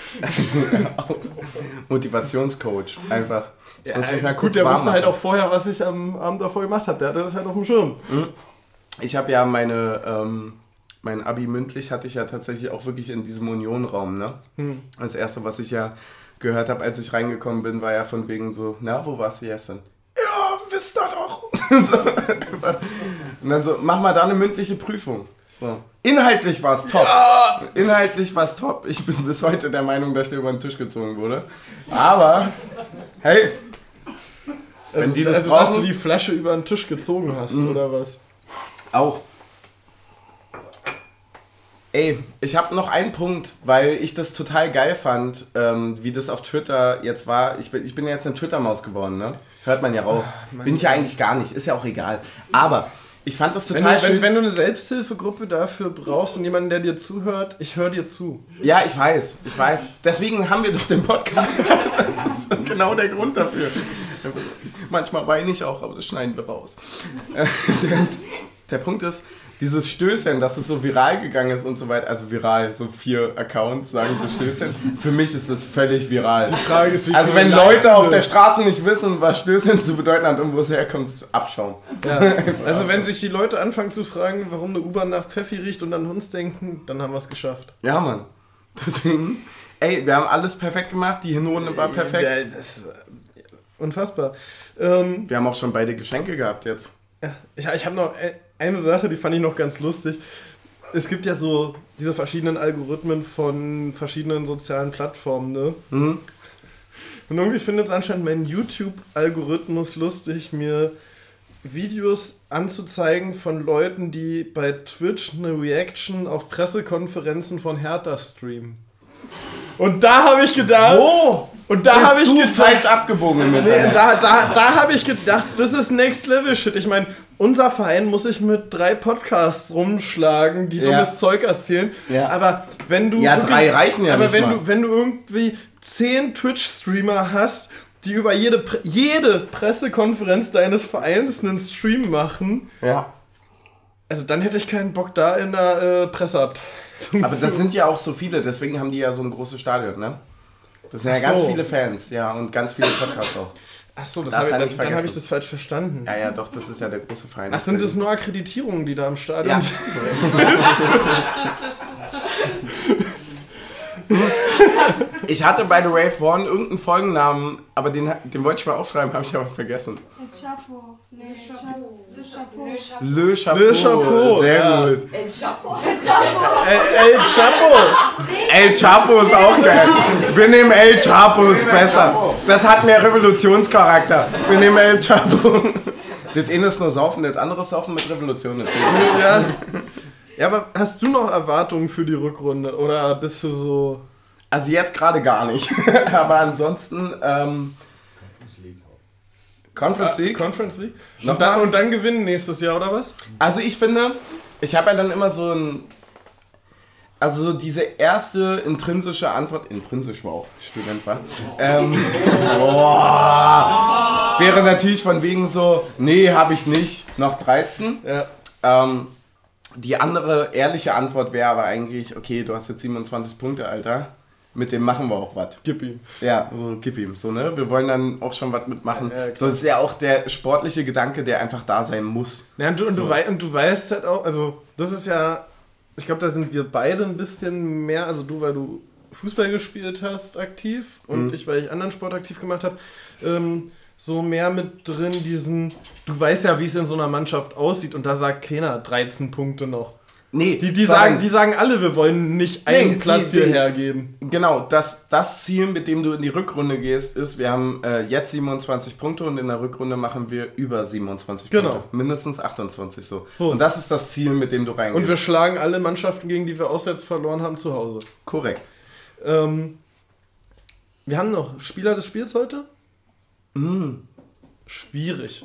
Motivationscoach, einfach. Ja, gut, der wusste halt auch vorher, was ich am Abend davor gemacht habe. Der hatte das halt auf dem Schirm. Ich habe ja mein Abi mündlich hatte ich ja tatsächlich auch wirklich in diesem Unionraum, ne? Das erste, was ich ja gehört habe, als ich reingekommen bin, war ja von wegen so, na, wo warst du gestern? Ja, wisst ihr doch. So, und dann so, mach mal da eine mündliche Prüfung. So. Inhaltlich war es top. Ja. Inhaltlich war es top. Ich bin bis heute der Meinung, dass der über den Tisch gezogen wurde. Aber, hey, wenn die das brauchen, dass du die Flasche über den Tisch gezogen hast, oder was? Auch. Ey, ich habe noch einen Punkt, weil ich das total geil fand, wie das auf Twitter jetzt war. Ich bin jetzt eine Twitter-Maus geworden, ne? Hört man ja raus. Bin ich ja eigentlich gar nicht, ist ja auch egal. Aber ich fand das total schön. Wenn du eine Selbsthilfegruppe dafür brauchst und jemanden, der dir zuhört, ich höre dir zu. Ja, ich weiß. Deswegen haben wir doch den Podcast. Das ist genau der Grund dafür. Manchmal weine ich auch, aber das schneiden wir raus. Der Punkt ist, dieses Stößchen, dass es so viral gegangen ist und so weiter, also viral, so 4 Accounts sagen so Stößchen, für mich ist das völlig viral. Die Frage ist, wie also wenn Leute auf der Straße nicht wissen, was Stößchen zu bedeuten hat und wo es herkommt, abschauen. Ja. Also wenn sich die Leute anfangen zu fragen, warum eine U-Bahn nach Pfeffi riecht und an uns denken, dann haben wir es geschafft. Ja, Mann. Deswegen, ey, wir haben alles perfekt gemacht, die Hinrunde war perfekt. Ja, das ist unfassbar. Wir haben auch schon beide Geschenke gehabt jetzt. Ja, ich habe noch eine Sache, die fand ich noch ganz lustig. Es gibt ja so diese verschiedenen Algorithmen von verschiedenen sozialen Plattformen, ne? Mhm. Und irgendwie findet es anscheinend mein YouTube-Algorithmus lustig, mir Videos anzuzeigen von Leuten, die bei Twitch eine Reaction auf Pressekonferenzen von Hertha streamen. Und da habe ich gedacht... Oh! Und da habe ich gedacht, falsch abgebogen mit da habe ich gedacht, das ist Next Level Shit. Ich meine, unser Verein muss sich mit 3 Podcasts rumschlagen, die dummes Zeug erzählen. Ja. Aber wenn du wirklich, 3 reichen ja aber nicht wenn du irgendwie 10 Twitch-Streamer hast, die über jede Pressekonferenz deines Vereins einen Stream machen, also dann hätte ich keinen Bock da in der Presseabteilung. Aber das sind ja auch so viele, deswegen haben die ja so ein großes Stadion, ne? Das sind ja ganz viele Fans, ja, und ganz viele Podcasts auch. Achso, dann habe ich das falsch verstanden. Ja, doch, das ist ja der große Verein. Ach, sind das nur Akkreditierungen, die da im Stadion sind? Ich hatte, by the way, vorhin irgendeinen Folgennamen, aber den wollte ich mal aufschreiben, habe ich aber vergessen. El Chapo. Nee, Le Chapeau. Le Chapeau. Le Chapeau. Sehr gut. El Chapo. El Chapo. El Chapo ist auch geil. Wir nehmen El Chapo, ist besser. Das hat mehr Revolutionscharakter. Wir nehmen El Chapo. Das eine ist nur Saufen, das andere ist Saufen mit Revolution. Ja, aber hast du noch Erwartungen für die Rückrunde oder bist du so... Also jetzt gerade gar nicht. Aber ansonsten... Conference League? Conference League. Und dann gewinnen nächstes Jahr, oder was? Also ich finde, ich habe ja dann immer so ein... Also so diese erste intrinsische Antwort... Intrinsisch war auch Student, war. Wäre natürlich von wegen so... Nee, habe ich nicht. Noch 13. Ja. Die andere ehrliche Antwort wäre aber eigentlich... Okay, du hast jetzt 27 Punkte, Alter. Mit dem machen wir auch was. Gib ihm. Ja, so gib ihm. So, ne? Wir wollen dann auch schon was mitmachen. Ja, so, das ist ja auch der sportliche Gedanke, der einfach da sein muss. Ja, und du weißt halt auch, also das ist ja, ich glaube, da sind wir beide ein bisschen mehr, also du, weil du Fußball gespielt hast aktiv und ich, weil ich anderen Sport aktiv gemacht habe, so mehr mit drin diesen, du weißt ja, wie es in so einer Mannschaft aussieht und da sagt keiner 13 Punkte noch. Nee, die sagen alle, wir wollen nicht einen Platz hierher geben. Genau, das Ziel, mit dem du in die Rückrunde gehst, ist, wir haben jetzt 27 Punkte und in der Rückrunde machen wir über 27 Punkte. Mindestens 28 so. Und das ist das Ziel, mit dem du reingehst. Und wir schlagen alle Mannschaften, gegen die wir auswärts verloren haben, zu Hause. Korrekt. Wir haben noch Spieler des Spiels heute? Schwierig.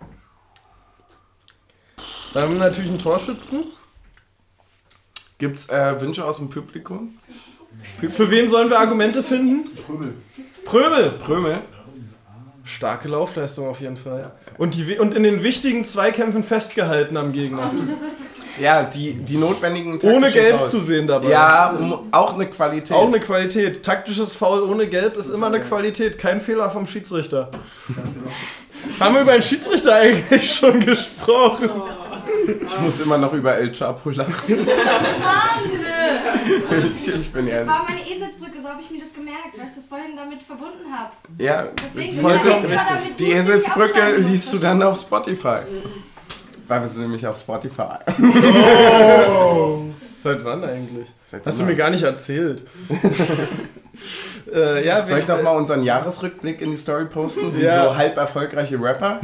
Dann haben wir natürlich einen Torschützen. Gibt's Wünsche aus dem Publikum? Für wen sollen wir Argumente finden? Prömel. Starke Laufleistung auf jeden Fall. Und in den wichtigen Zweikämpfen festgehalten am Gegner. Ja, die notwendigen ohne Gelb zu sehen dabei. Ja, auch eine Qualität. Auch eine Qualität. Taktisches Foul ohne Gelb ist immer eine Qualität. Kein Fehler vom Schiedsrichter. Haben wir über einen Schiedsrichter eigentlich schon gesprochen? Ich muss immer noch über El Chapo lachen. Ich bin das war meine Eselsbrücke, so habe ich mir das gemerkt, weil ich das vorhin damit verbunden habe. Ja, deswegen die Eselsbrücke liest du dann auf Spotify. Weil wir sind nämlich auf Spotify. Oh. Seit wann eigentlich? Hast du mir gar nicht erzählt. Soll ich noch mal unseren Jahresrückblick in die Story posten? Wie so halb erfolgreiche Rapper?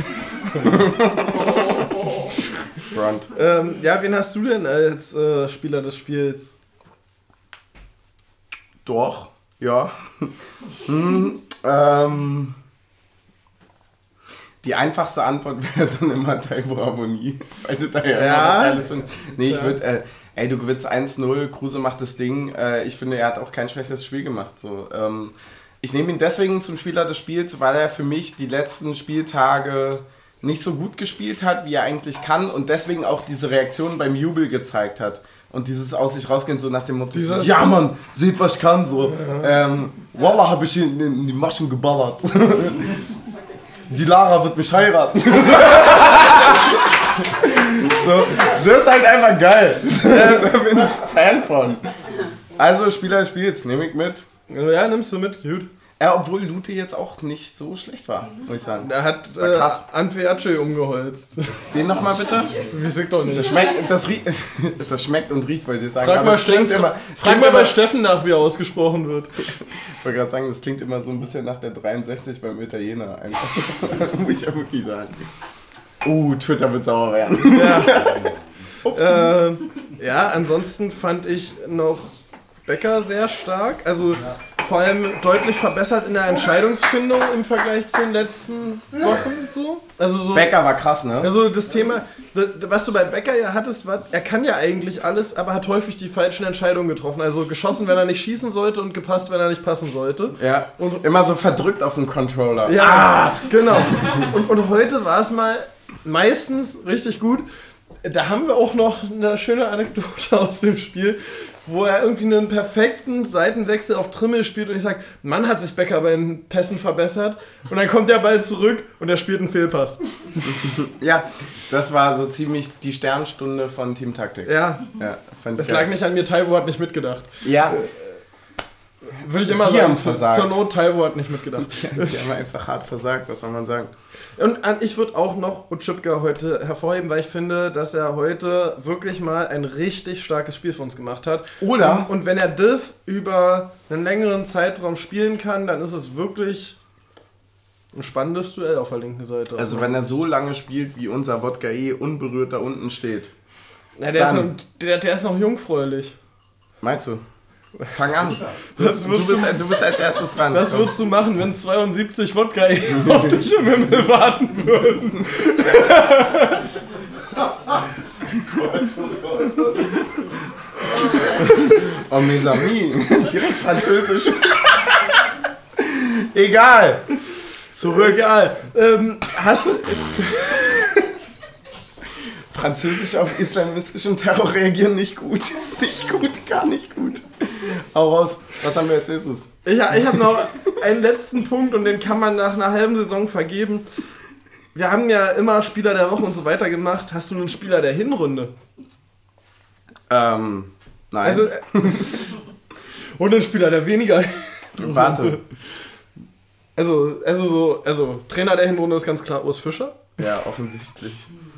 Front. Wen hast du denn als Spieler des Spiels? Doch, ja. Die einfachste Antwort wäre dann immer Taiwo Abonnie, weil du da ja immer was Geiles findest. Nee, ich würde, du gewinnst 1-0, Kruse macht das Ding. Ich finde, er hat auch kein schlechtes Spiel gemacht. So, ich nehme ihn deswegen zum Spieler des Spiels, weil er für mich die letzten Spieltage nicht so gut gespielt hat, wie er eigentlich kann und deswegen auch diese Reaktion beim Jubel gezeigt hat. Und dieses aus sich rausgehen, so nach dem Motto, ja Mann, seht was ich kann, so. Wallah, hab ich in die Maschen geballert. Die Lara wird mich heiraten. So, das ist halt einfach geil. Da bin ich Fan von. Also, Spieler des Spiels, nehme ich mit. Ja, nimmst du mit, gut. Obwohl Lute jetzt auch nicht so schlecht war, muss ich sagen. Er hat Antwe Aceh umgeholzt. Den nochmal bitte? Weiß ich doch nicht. Das schmeckt und riecht, wollte ich sagen. Frag mal bei Steffen nach, wie er ausgesprochen wird. Ich wollte gerade sagen, das klingt immer so ein bisschen nach der 63 beim Italiener. Einfach. Muss ich ja wirklich sagen. Twitter wird sauer werden. Ja. Ansonsten fand ich noch Becker sehr stark. Also vor allem deutlich verbessert in der Entscheidungsfindung im Vergleich zu den letzten Wochen. So. Becker war krass, ne? Also das Thema, was du bei Becker ja hattest, war, er kann ja eigentlich alles, aber hat häufig die falschen Entscheidungen getroffen. Also geschossen, wenn er nicht schießen sollte und gepasst, wenn er nicht passen sollte. Ja, und immer so verdrückt auf dem Controller. Ja, genau. Und heute war es mal meistens richtig gut. Da haben wir auch noch eine schöne Anekdote aus dem Spiel, wo er irgendwie einen perfekten Seitenwechsel auf Trimmel spielt und ich sage, Mann, hat sich Becker bei den Pässen verbessert und dann kommt der Ball zurück und er spielt einen Fehlpass. Ja, das war so ziemlich die Sternstunde von Team Taktik. Ja das lag nicht an mir, Taiwo hat nicht mitgedacht. Ja. Würde ich immer sagen, zur Not, Taiwo hat nicht mitgedacht. Die haben einfach hart versagt, was soll man sagen. Und ich würde auch noch Utschipka heute hervorheben, weil ich finde, dass er heute wirklich mal ein richtig starkes Spiel für uns gemacht hat. Oder? Und wenn er das über einen längeren Zeitraum spielen kann, dann ist es wirklich ein spannendes Duell auf der linken Seite. Also wenn er so lange spielt, wie unser Wodka unberührt da unten steht. Ja, der ist noch jungfräulich. Meinst du? Fang an. Du bist als erstes dran. Was würdest du machen, wenn 72 Wodka auf dich im Himmel warten würden? Oh, mes amis. Direkt Französisch. Egal. Zurück. Egal. Hast du... Französisch auf islamistischen Terror reagieren nicht gut. Nicht gut, gar nicht gut. Hau raus. Was haben wir als nächstes? Ich habe noch einen letzten Punkt und den kann man nach einer halben Saison vergeben. Wir haben ja immer Spieler der Woche und so weiter gemacht. Hast du einen Spieler der Hinrunde? Nein. Also, und einen Spieler der weniger. Warte. Also Trainer der Hinrunde ist ganz klar Urs Fischer. Ja, offensichtlich.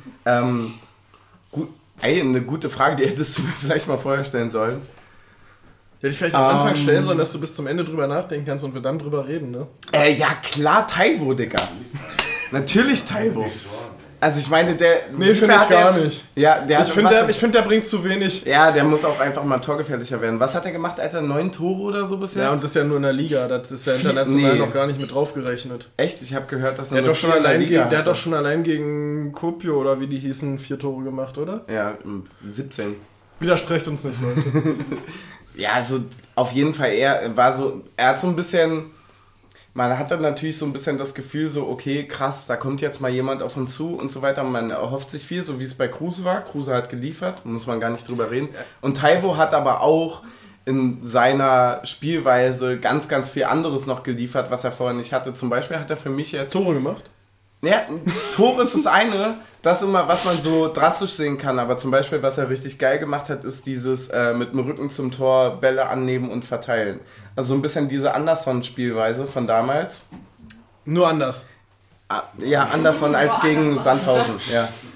Gut, eine gute Frage, die hättest du mir vielleicht mal vorher stellen sollen. Hätte ich vielleicht am Anfang stellen sollen, dass du bis zum Ende drüber nachdenken kannst und wir dann drüber reden, ne? Ja klar, Taiwo, Digga. Natürlich Taiwo. Also ich meine, der... Nee, finde ich gar nicht. Ja, ich finde, der bringt zu wenig. Ja, der muss auch einfach mal torgefährlicher werden. Was hat er gemacht, Alter? 9 Tore oder so bisher? Ja, und das ist ja nur in der Liga. Das ist ja international noch gar nicht mit draufgerechnet. Echt? Ich habe gehört, dass der hat doch schon allein gegen Kuopio oder wie die hießen 4 Tore gemacht, oder? Ja, 17. Widersprecht uns nicht, Leute. Ja, also auf jeden Fall, er hat so ein bisschen... Man hat dann natürlich so ein bisschen das Gefühl so, okay, krass, da kommt jetzt mal jemand auf uns zu und so weiter. Man erhofft sich viel, so wie es bei Kruse war. Kruse hat geliefert, muss man gar nicht drüber reden. Und Taiwo hat aber auch in seiner Spielweise ganz, ganz viel anderes noch geliefert, was er vorher nicht hatte. Zum Beispiel hat er für mich jetzt... Tore gemacht? Ja, Tore ist das eine, das ist immer, was man so drastisch sehen kann. Aber zum Beispiel, was er richtig geil gemacht hat, ist dieses mit dem Rücken zum Tor Bälle annehmen und verteilen. Also so ein bisschen diese Anderson-Spielweise von damals. Nur anders. Ja, Anderson als gegen Sandhausen, ja.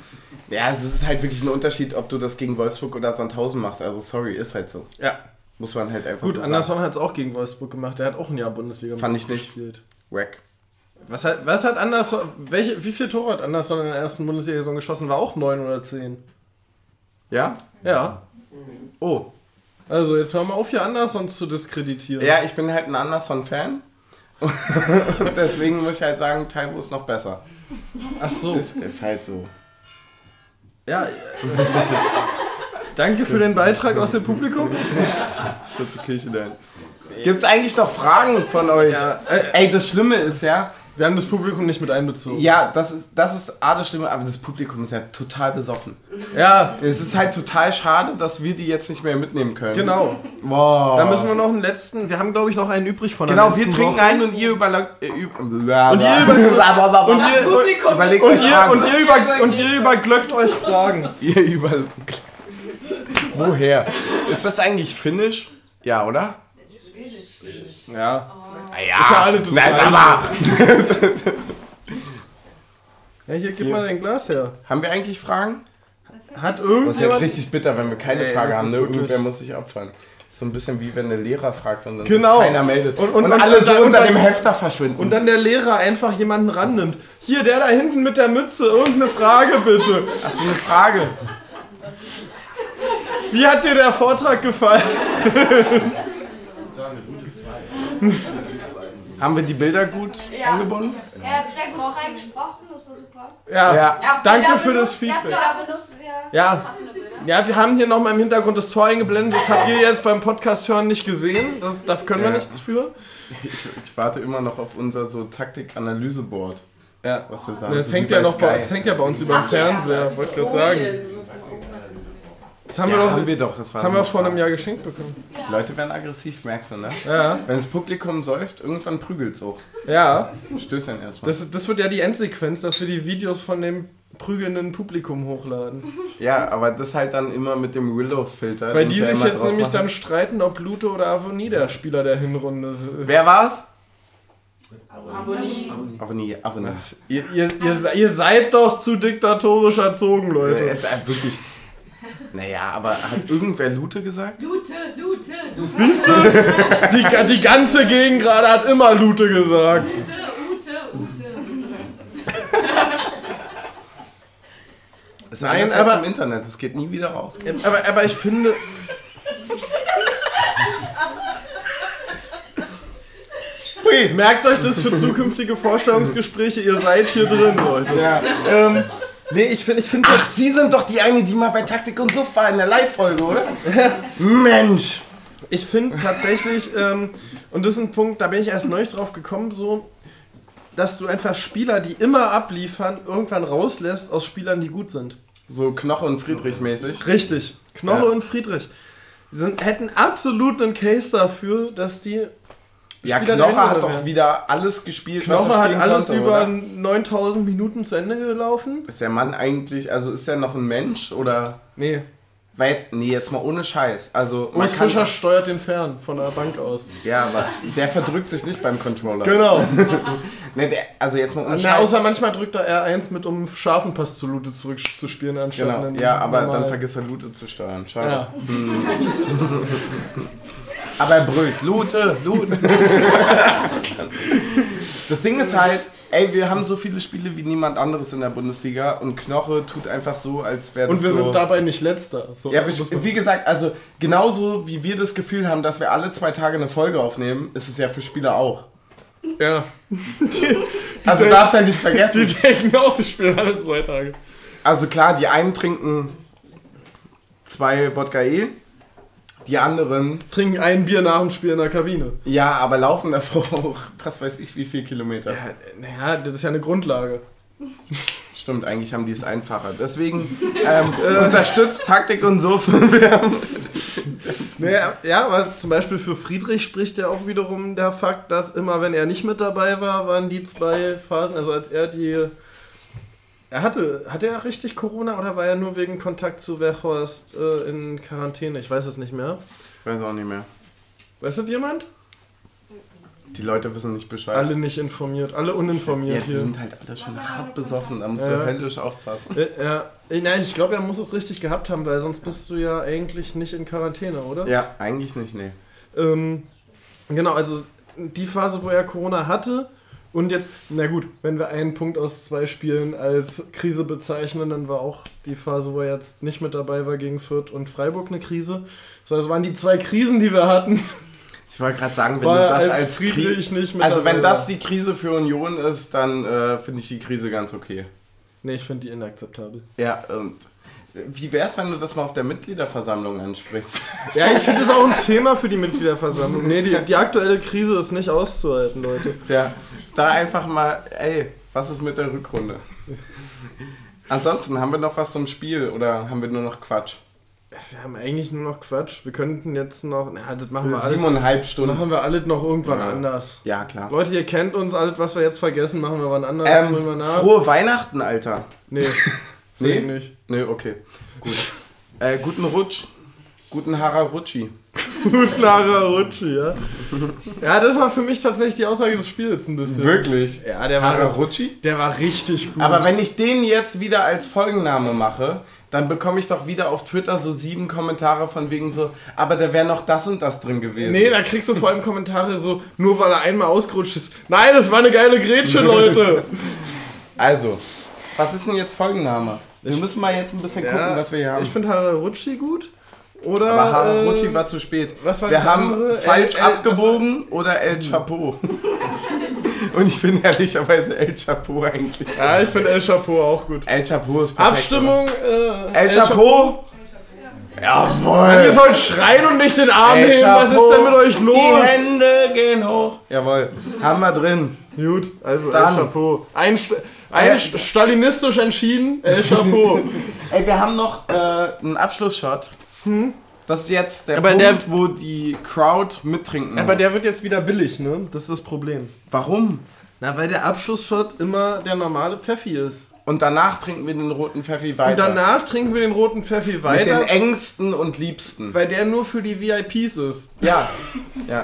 Ja, es ist halt wirklich ein Unterschied, ob du das gegen Wolfsburg oder Sandhausen machst. Also sorry, ist halt so. Ja. Muss man halt einfach Gut, so Anderson hat es auch gegen Wolfsburg gemacht. Der hat auch ein Jahr Bundesliga Fand ich nicht. gespielt. Wack. Was hat Anderson, wie viele Tore hat Anderson in der ersten Bundesliga-Saison geschossen? War auch 9 oder 10. Ja? Ja. Oh. Also jetzt hör mal auf, hier Anderson zu diskreditieren. Ja, ich bin halt ein Anderson-Fan. Und deswegen muss ich halt sagen, Taiwo ist noch besser. Ach so. Ist halt so. Ja. Danke für den Beitrag aus dem Publikum. Kurze Kirche dahin. Gibt's eigentlich noch Fragen von euch? Ja, Ey, das Schlimme ist ja... Wir haben das Publikum nicht mit einbezogen. Ja, das ist das Schlimme, aber das Publikum ist ja total besoffen. Ja, Es ist halt total schade, dass wir die jetzt nicht mehr mitnehmen können. genau. Wow. Da müssen wir noch einen letzten... Wir haben, glaube ich, noch einen übrig von der Genau, wir letzten trinken Woche. ein und ihr überlegt Und ihr überglückt euch Fragen. Ihr über... Woher? Ist das eigentlich Finnisch? Ja, oder? Ja. Ja, Ist ja alles das na, sag Gleiche. mal. Ja, hier, gib mal dein Glas her. Haben wir eigentlich Fragen? Hat Das ist jetzt irgendjemand... richtig bitter, wenn wir keine Ey, Frage das haben. ist Ne? wirklich- Irgendwer muss sich opfern. Das ist so ein bisschen wie wenn der Lehrer fragt und dann Genau. sich keiner meldet. Und alle so und unter dann- dem Hefter verschwinden. Und dann der Lehrer einfach jemanden rannimmt. Hier, der da hinten mit der Mütze, irgendeine Frage bitte. Ach so, eine Frage. Wie hat dir der Vortrag gefallen? Haben wir die Bilder gut Ja. angebunden? Er hat sehr gut frei gesprochen, das war super. Ja, Ja. danke für das Ihr habt Feedback. Bilder benutzt, ja. Ja, Passende Bilder. ja, wir haben hier nochmal im Hintergrund das Tor eingeblendet. Das habt ihr jetzt beim Podcast hören nicht gesehen. Da können wir Ja. nichts für. Ich warte immer noch auf unser so Taktik-Analyse-Board. Ja. Was wir sagen. Das so hängt wie ja bei noch bei, Sky. das hängt ja bei uns über dem Fernseher, wollte gerade sagen. Das haben wir Ja, doch, haben wir doch. Das das haben wir vor einem Jahr geschenkt bekommen. Die Leute werden aggressiv, merkst du, ne? Ja, Wenn das Publikum säuft, irgendwann prügelt's auch. ja. Stößern erstmal. Das wird ja die Endsequenz, dass wir die Videos von dem prügelnden Publikum hochladen. Ja, aber das halt dann immer mit dem Willow-Filter. Weil den die ich ja sich immer jetzt drauf nämlich mache. dann streiten, ob Lute oder Avonie der Spieler der Hinrunde ist. Wer war's? Abonnie. Aber nie. Ihr seid doch zu diktatorisch erzogen, Leute. Jetzt wirklich. Naja, aber hat irgendwer Lute gesagt? Lute. Siehst du? Die ganze Gegend gerade hat immer Lute gesagt. Ute. Das Nein, ist aber- jetzt im Internet, das geht nie wieder raus. Aber ich finde... Hui, merkt euch das für zukünftige Vorstellungsgespräche, ihr seid hier drin, Leute. Ja. Nee, ich finde Ach, Sie sind doch die eine, die mal bei Taktik und Suff war in der Live-Folge, oder? Mensch! Ich finde tatsächlich, und das ist ein Punkt, da bin ich erst neulich drauf gekommen, so, dass du einfach Spieler, die immer abliefern, irgendwann rauslässt aus Spielern, die gut sind. So Knoche und Friedrich mäßig. Richtig. Knoche Ja. und Friedrich hätten absolut einen Case dafür, dass die Ja, Spieler der Knoche hat Hinrunde doch wären. wieder alles gespielt, Knoche was er hat spielen alles konnte, über oder? 9000 Minuten zu Ende gelaufen. Ist der Mann eigentlich, also ist er noch ein Mensch oder... Nee. Weil jetzt, nee, jetzt mal ohne Scheiß. Also, Urs Fischer steuert den fern von der Bank aus. Ja, aber der verdrückt sich nicht beim Controller. Genau. Nee, also jetzt mal ohne Na, Scheiß. außer manchmal drückt er R1 mit, um scharfen Pass zu Lute zurückzuspielen, anstatt Genau, einen ja, aber normalen. dann vergisst er Lute zu steuern. Schade. Ja. Aber er brüllt, Lute. Das Ding ist halt, ey, wir haben so viele Spiele wie niemand anderes in der Bundesliga und Knoche tut einfach so, als wäre das Und wir so... sind dabei nicht Letzter. So, Ja, muss man- wie gesagt, also genauso wie wir das Gefühl haben, dass wir alle 2 Tage eine Folge aufnehmen, ist es ja für Spieler auch. ja. Also denken- darfst du ja nicht vergessen. Die denken aus, sie spielen alle 2 Tage. Also klar, die einen trinken 2 Wodka E, die anderen, Trinken ein Bier nach dem Spiel in der Kabine. ja, aber laufen davor auch, was weiß ich, wie viel Kilometer. Naja, das ist ja eine Grundlage. Stimmt, eigentlich haben die es einfacher. Deswegen unterstützt Taktik und so. Naja, ja, aber zum Beispiel für Friedrich spricht ja auch wiederum der Fakt, dass immer, wenn er nicht mit dabei war, waren die 2 Phasen, also als er die... hatte er richtig Corona oder war er nur wegen Kontakt zu Weghorst in Quarantäne? Ich weiß es nicht mehr. Ich weiß auch nicht mehr. Weiß das jemand? Die Leute wissen nicht Bescheid. Alle nicht informiert, alle uninformiert Ja, die hier. sind halt alle schon hart besoffen, da musst du höllisch aufpassen. Nein, ich glaube, er muss es richtig gehabt haben, weil sonst bist du ja eigentlich nicht in Quarantäne, oder? Ja, eigentlich nicht, nee. Genau, also die Phase, wo er Corona hatte und jetzt, na gut, wenn wir einen Punkt aus 2 Spielen als Krise bezeichnen, dann war auch die Phase, wo er jetzt nicht mit dabei war gegen Fürth und Freiburg eine Krise. Das waren die 2 Krisen, die wir hatten. Ich wollte gerade sagen, wenn War du das als als Friedrich nicht mit also dabei wenn das war. die Krise für Union ist, dann finde ich die Krise ganz okay. Nee, ich finde die inakzeptabel. Ja, und wie wär's, wenn du das mal auf der Mitgliederversammlung ansprichst? Ja, ich finde das auch ein Thema für die Mitgliederversammlung. Nee, die aktuelle Krise ist nicht auszuhalten, Leute. Ja, da einfach mal, ey, was ist mit der Rückrunde? Ansonsten, haben wir noch was zum Spiel oder haben wir nur noch Quatsch? Wir haben eigentlich nur noch Quatsch. Wir könnten jetzt noch... Na, das machen wir alles. 7,5 Stunden. Machen wir alles noch irgendwann anders. Ja, klar. Leute, ihr kennt uns, alles, was wir jetzt vergessen, machen wir wann anders. Holen wir nach. Frohe Weihnachten, Alter. Nee. Nee? Nicht. Nee, okay. Gut. Guten Rutsch. Guten Hararutschi. Guten Hararutschi, ja. Ja, das war für mich tatsächlich die Aussage des Spiels ein bisschen. Wirklich? Ja, der Hararutschi? war richtig gut. Aber wenn ich den jetzt wieder als Folgenname mache, dann bekomme ich doch wieder auf Twitter so 7 Kommentare von wegen so, aber da wäre noch das und das drin gewesen. Nee, da kriegst du vor allem Kommentare so, nur weil er einmal ausgerutscht ist. Nein, das war eine geile Grätsche, Leute. Also, was ist denn jetzt Folgenname? Wir müssen mal jetzt ein bisschen gucken, was wir hier haben. Ich finde Hararutschi gut. Oder, aber Hararutschi war zu spät. Was war wir das haben andere? falsch abgebogen oder El Chapeau. Und ich bin ehrlicherweise El Chapeau eigentlich. Ja, ich finde El Chapeau auch gut. El Chapeau ist perfekt. Abstimmung, El Chapeau? Jawohl. Ihr sollt schreien und nicht den Arm El heben. Was ist Chapeau, denn mit euch los? Die Hände gehen hoch. Jawohl. Haben wir drin. Gut, also Dann. El Chapeau. Stalinistisch entschieden, El Chapeau. Ey, wir haben noch einen Abschlussshot. Das ist jetzt der Aber Punkt, wo die Crowd mittrinken Aber muss. der wird jetzt wieder billig, ne? Das ist das Problem. Warum? Na, weil der Abschlussshot immer der normale Pfeffi ist. Und danach trinken wir den roten Pfeffi weiter. Und danach trinken wir den roten Pfeffi mit weiter, den engsten und liebsten. weil der nur für die VIPs ist. Ja. Ja.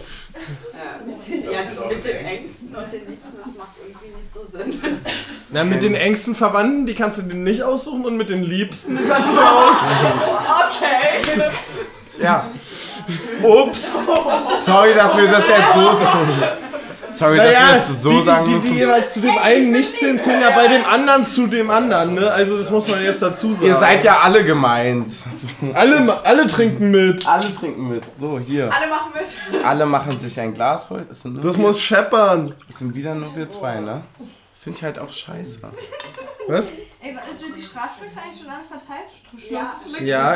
Mit den Ängsten und den Liebsten, das macht irgendwie nicht so Sinn. Na, mit den engsten Verwandten, die kannst du dir nicht aussuchen und mit den Liebsten, die kannst du dir aussuchen. Okay. Ja. Ups. Sorry, dass wir das jetzt so sagen. Sorry, dass wir jetzt so sagen die müssen. jeweils zu dem einen nicht zählen ja bei dem anderen zu dem anderen, ne? Also das muss man jetzt dazu sagen. Ihr seid ja alle gemeint. Alle trinken mit. Alle trinken mit. So, hier. Alle machen mit. Alle machen sich ein Glas voll. Das sind, nur Das wir, muss scheppern. das sind wieder nur wir zwei, ne? Finde ich halt auch scheiße. Was? Ey, sind die Strafstücke eigentlich schon alle verteilt? Ja,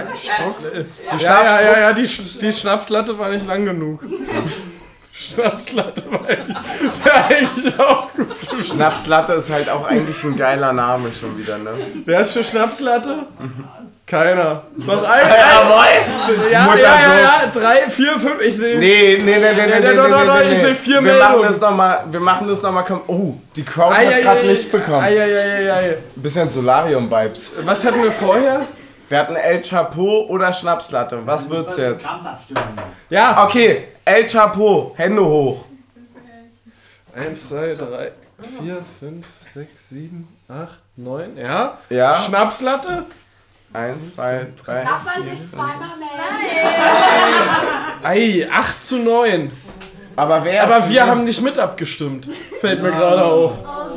die Schnapslatte war nicht lang genug. Schnapslatte war eigentlich auch gut. Schnapslatte ist halt auch eigentlich ein geiler Name schon wieder, ne? Wer ist für Schnapslatte? Keiner. Noch ein. Jawohl! Ja, 3, 4, 5. Ich sehe. Nee. Ich sehe 4 Wir Meldungen. machen das nochmal. Oh, die Crowd hat gerade Licht bekommen. Bisschen Solarium-Vibes. Was hatten wir vorher? Wir hatten El Chapeau oder Schnapslatte. Was wird's jetzt? Ja. Okay, El Chapeau, Hände hoch. 1, 2, 3, 4, 5, 6, 7, 8, 9. Ja? Ja. Schnapslatte? 1, 2, 3. Darf man sich zweimal melden? Ei, 8:9. Aber wir haben nicht mit abgestimmt. Fällt mir gerade auf.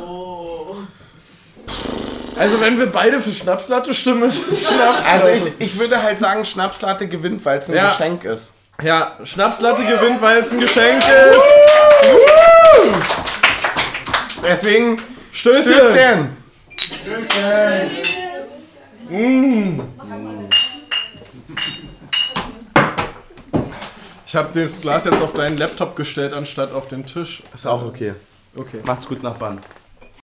Also wenn wir beide für Schnapslatte stimmen, ist es Schnapslatte. Also ich würde halt sagen, Schnapslatte gewinnt, weil es ein Geschenk ist. Ja, Schnapslatte gewinnt, weil es ein Geschenk ist. Deswegen Stößchen. Ich habe das Glas jetzt auf deinen Laptop gestellt, anstatt auf den Tisch. Ist auch okay. Okay. Macht's gut, Nachbarn.